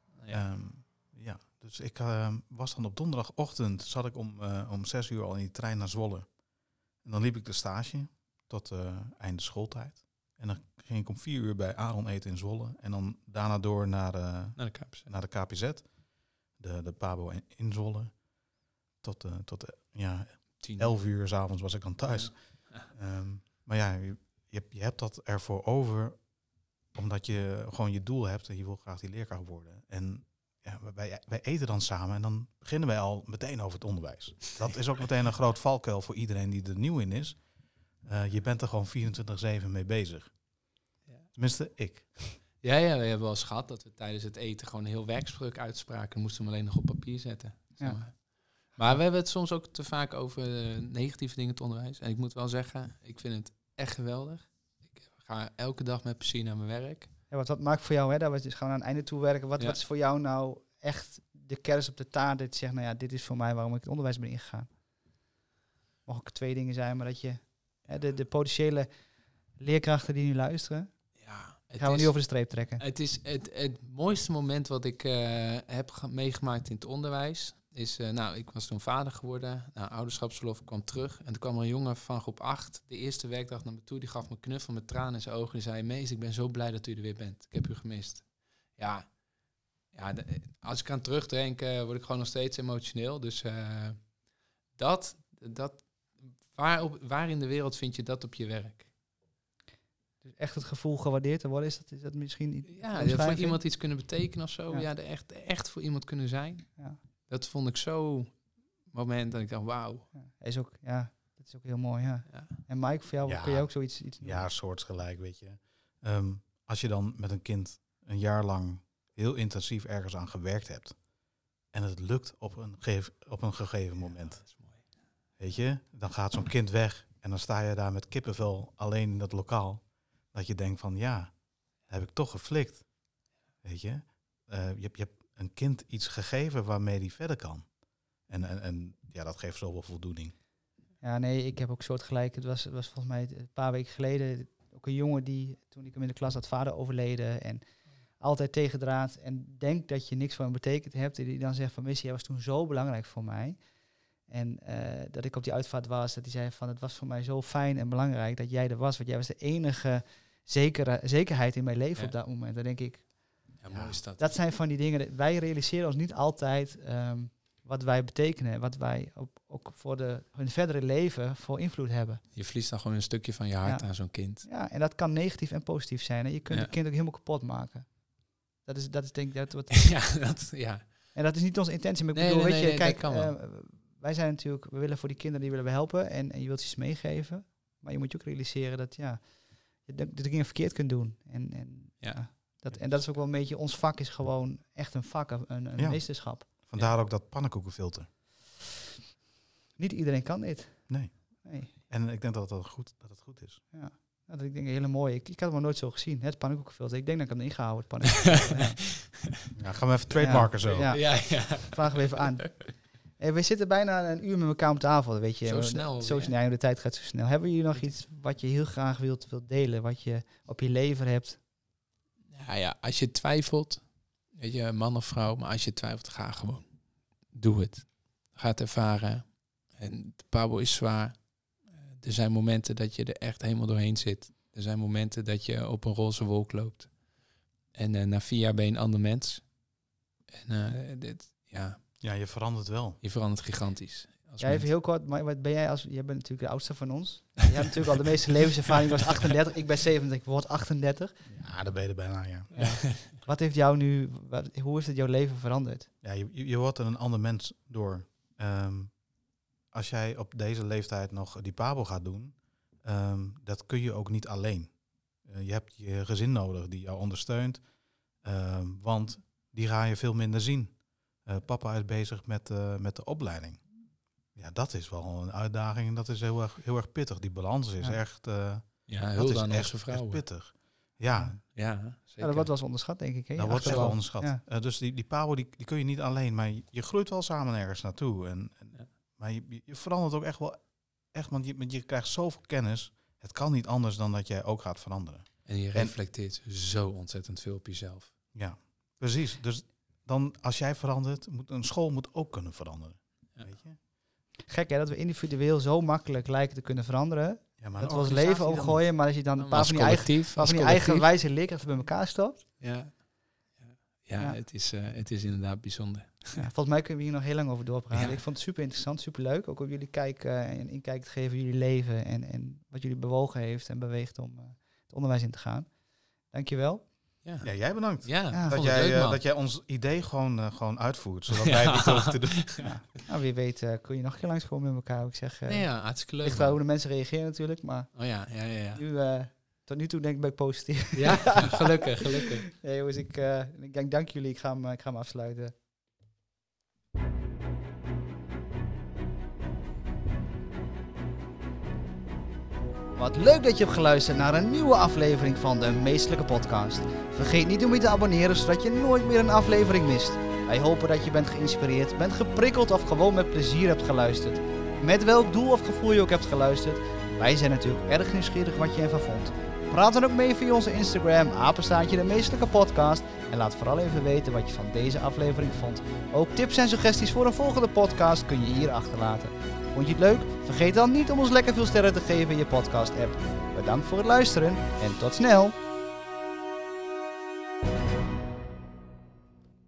Dus ik was dan op donderdagochtend, zat ik om 6 uur al in die trein naar Zwolle. En dan liep ik de stage tot einde schooltijd. En dan ging ik om 4 uur bij Aaron eten in Zwolle. En dan daarna door naar de KPZ. De PABO in Zwolle. Tot 11 uur 's avonds was ik dan thuis. Ja. Maar ja, je hebt dat ervoor over, omdat je gewoon je doel hebt en je wil graag die leerkracht worden. En ja, wij eten dan samen en dan beginnen wij al meteen over het onderwijs. Dat is ook meteen een groot valkuil voor iedereen die er nieuw in is. Je bent er gewoon 24/7 mee bezig. Ja. Tenminste, ik. Ja, we hebben wel eens gehad dat we tijdens het eten gewoon een heel werkstuk uitspraken. Dan moesten we alleen nog op papier zetten. Ja. Maar we hebben het soms ook te vaak over negatieve dingen in het onderwijs. En ik moet wel zeggen, ik vind het echt geweldig. Ik ga elke dag met plezier naar mijn werk. Ja, wat maakt voor jou, hè, dat we dus gewoon aan het einde toe werken. Wat is voor jou nou echt de kers op de taart dat je zegt, nou ja, dit is voor mij waarom ik het onderwijs ben ingegaan? Mogen ook 2 dingen zijn, maar dat je de potentiële leerkrachten die nu luisteren, gaan we niet over de streep trekken. Het is het mooiste moment wat ik heb meegemaakt in het onderwijs. is, ik was toen vader geworden. Ouderschapsverlof kwam terug. En toen kwam er een jongen van groep 8, de eerste werkdag naar me toe. Die gaf me een knuffel met tranen in zijn ogen. Die zei, Mees, ik ben zo blij dat u er weer bent. Ik heb u gemist. Als ik aan terugdenk, word ik gewoon nog steeds emotioneel. Dus waar in de wereld vind je dat op je werk? Dus echt het gevoel gewaardeerd te worden, is dat misschien iets? Ja, voor iemand iets kunnen betekenen of zo. Ja, echt voor iemand kunnen zijn. Ja. Dat vond ik zo moment dat ik dacht, wauw. Ja, dat is ook heel mooi, ja. En Mike, voor jou kun je ook zoiets doen? Ja, soortgelijk, weet je. Als je dan met een kind een jaar lang heel intensief ergens aan gewerkt hebt en het lukt op een gegeven moment. Dat is mooi. Weet je, dan gaat zo'n kind weg en dan sta je daar met kippenvel alleen in dat lokaal. Dat je denkt van, ja, dat heb ik toch geflikt. Weet je, je hebt een kind iets gegeven waarmee die verder kan. En dat geeft zoveel voldoening. Ja, nee, ik heb ook soortgelijk. Het was volgens mij een paar weken geleden ook een jongen die, toen ik hem in de klas had, vader overleden en altijd tegendraad en denkt dat je niks voor hem betekend hebt. En die dan zegt van, Missy, jij was toen zo belangrijk voor mij. En dat ik op die uitvaart was, dat hij zei van, het was voor mij zo fijn en belangrijk dat jij er was. Want jij was de enige zekerheid in mijn leven op dat moment. Dan denk ik, mooi is dat. Dat zijn van die dingen, wij realiseren ons niet altijd wat wij betekenen. Wat wij ook voor hun verdere leven voor invloed hebben. Je verliest dan gewoon een stukje van je hart aan zo'n kind. Ja, en dat kan negatief en positief zijn. En je kunt het kind ook helemaal kapot maken. Dat is denk ik En dat is niet onze intentie. Maar ik bedoel, weet je, kijk, wij zijn natuurlijk, we willen voor die kinderen, die willen we helpen en je wilt iets meegeven. Maar je moet je ook realiseren dat je de dingen verkeerd kunt doen. En dat is ook wel een beetje, ons vak is gewoon echt een vak, een meesterschap. Vandaar ook dat pannenkoekenfilter. Niet iedereen kan dit. Nee. En ik denk dat het goed is. Ja. Dat ik denk, hele mooi. Ik had het maar nooit zo gezien, het pannenkoekenfilter. Ik denk dat ik hem ingehouden, het pannenkoekenfilter. Ja, gaan we even trademarken zo. Ja. Vragen we even aan. We zitten bijna een uur met elkaar om tafel, weet je. Zo snel. De tijd gaat zo snel. Hebben jullie nog iets wat je heel graag wilt delen, wat je op je lever hebt? Ja, als je twijfelt, weet je, man of vrouw, maar als je twijfelt, ga gewoon. Doe het. Ga het ervaren. En de pabo is zwaar. Er zijn momenten dat je er echt helemaal doorheen zit. Er zijn momenten dat je op een roze wolk loopt. En na 4 jaar ben je een ander mens. En Ja, je verandert wel. Je verandert gigantisch. Even heel kort, maar wat ben jij jij bent natuurlijk de oudste van ons. Je hebt natuurlijk al de meeste levenservaring. Ik was 38, ik ben 70, ik word 38. Ja, daar ben je er bijna, ja. Wat heeft jou nu, hoe is het jouw leven veranderd? Ja, je wordt een ander mens door. Als jij op deze leeftijd nog die pabo gaat doen, dat kun je ook niet alleen. Je hebt je gezin nodig die jou ondersteunt, want die ga je veel minder zien. Papa is bezig met de opleiding. Ja, dat is wel een uitdaging en dat is heel erg pittig. Die balans is echt... heel dan onze vrouwen. Echt pittig. Ja, zeker. Dat wordt wel eens onderschat, denk ik. Hè? Dat wordt wel onderschat. Ja. Dus die pabo, die kun je niet alleen, maar je groeit wel samen ergens naartoe. Maar je verandert ook echt wel, want je krijgt zoveel kennis. Het kan niet anders dan dat jij ook gaat veranderen. En je reflecteert zo ontzettend veel op jezelf. Ja, precies. Dus dan, als jij verandert, een school moet ook kunnen veranderen. Ja. Weet je? Gek hè, dat we individueel zo makkelijk lijken te kunnen veranderen. Ja, maar dat we ons leven opgooien, maar als je dan een paar van die eigen wijze leerkrachten bij elkaar stopt. Ja, het is inderdaad bijzonder. Ja, volgens mij kunnen we hier nog heel lang over doorpraten. Ja. Ik vond het super interessant, super leuk. Ook op jullie kijk en inkijk te geven jullie leven en wat jullie bewogen heeft en beweegt om het onderwijs in te gaan. Dankjewel. Ja, jij bedankt. Ja, dat jij ons idee gewoon uitvoert, zodat wij het ook te doen. Ja. Nou, wie weet kun je nog een keer langskomen met elkaar. Ik zeg, hartstikke leuk. Ligt wel hoe de mensen reageren natuurlijk, maar ja. Tot nu toe denk ik ben ik positief. Ja, gelukkig. Ja, jongens, ik dank jullie. Ik ga hem afsluiten. Wat leuk dat je hebt geluisterd naar een nieuwe aflevering van de Meestelijke Podcast. Vergeet niet om je te abonneren, zodat je nooit meer een aflevering mist. Wij hopen dat je bent geïnspireerd, bent geprikkeld of gewoon met plezier hebt geluisterd. Met welk doel of gevoel je ook hebt geluisterd. Wij zijn natuurlijk erg nieuwsgierig wat je ervan vond. Praat dan ook mee via onze Instagram, @ de Meestelijke Podcast. En laat vooral even weten wat je van deze aflevering vond. Ook tips en suggesties voor een volgende podcast kun je hier achterlaten. Vond je het leuk? Vergeet dan niet om ons lekker veel sterren te geven in je podcast app. Bedankt voor het luisteren en tot snel!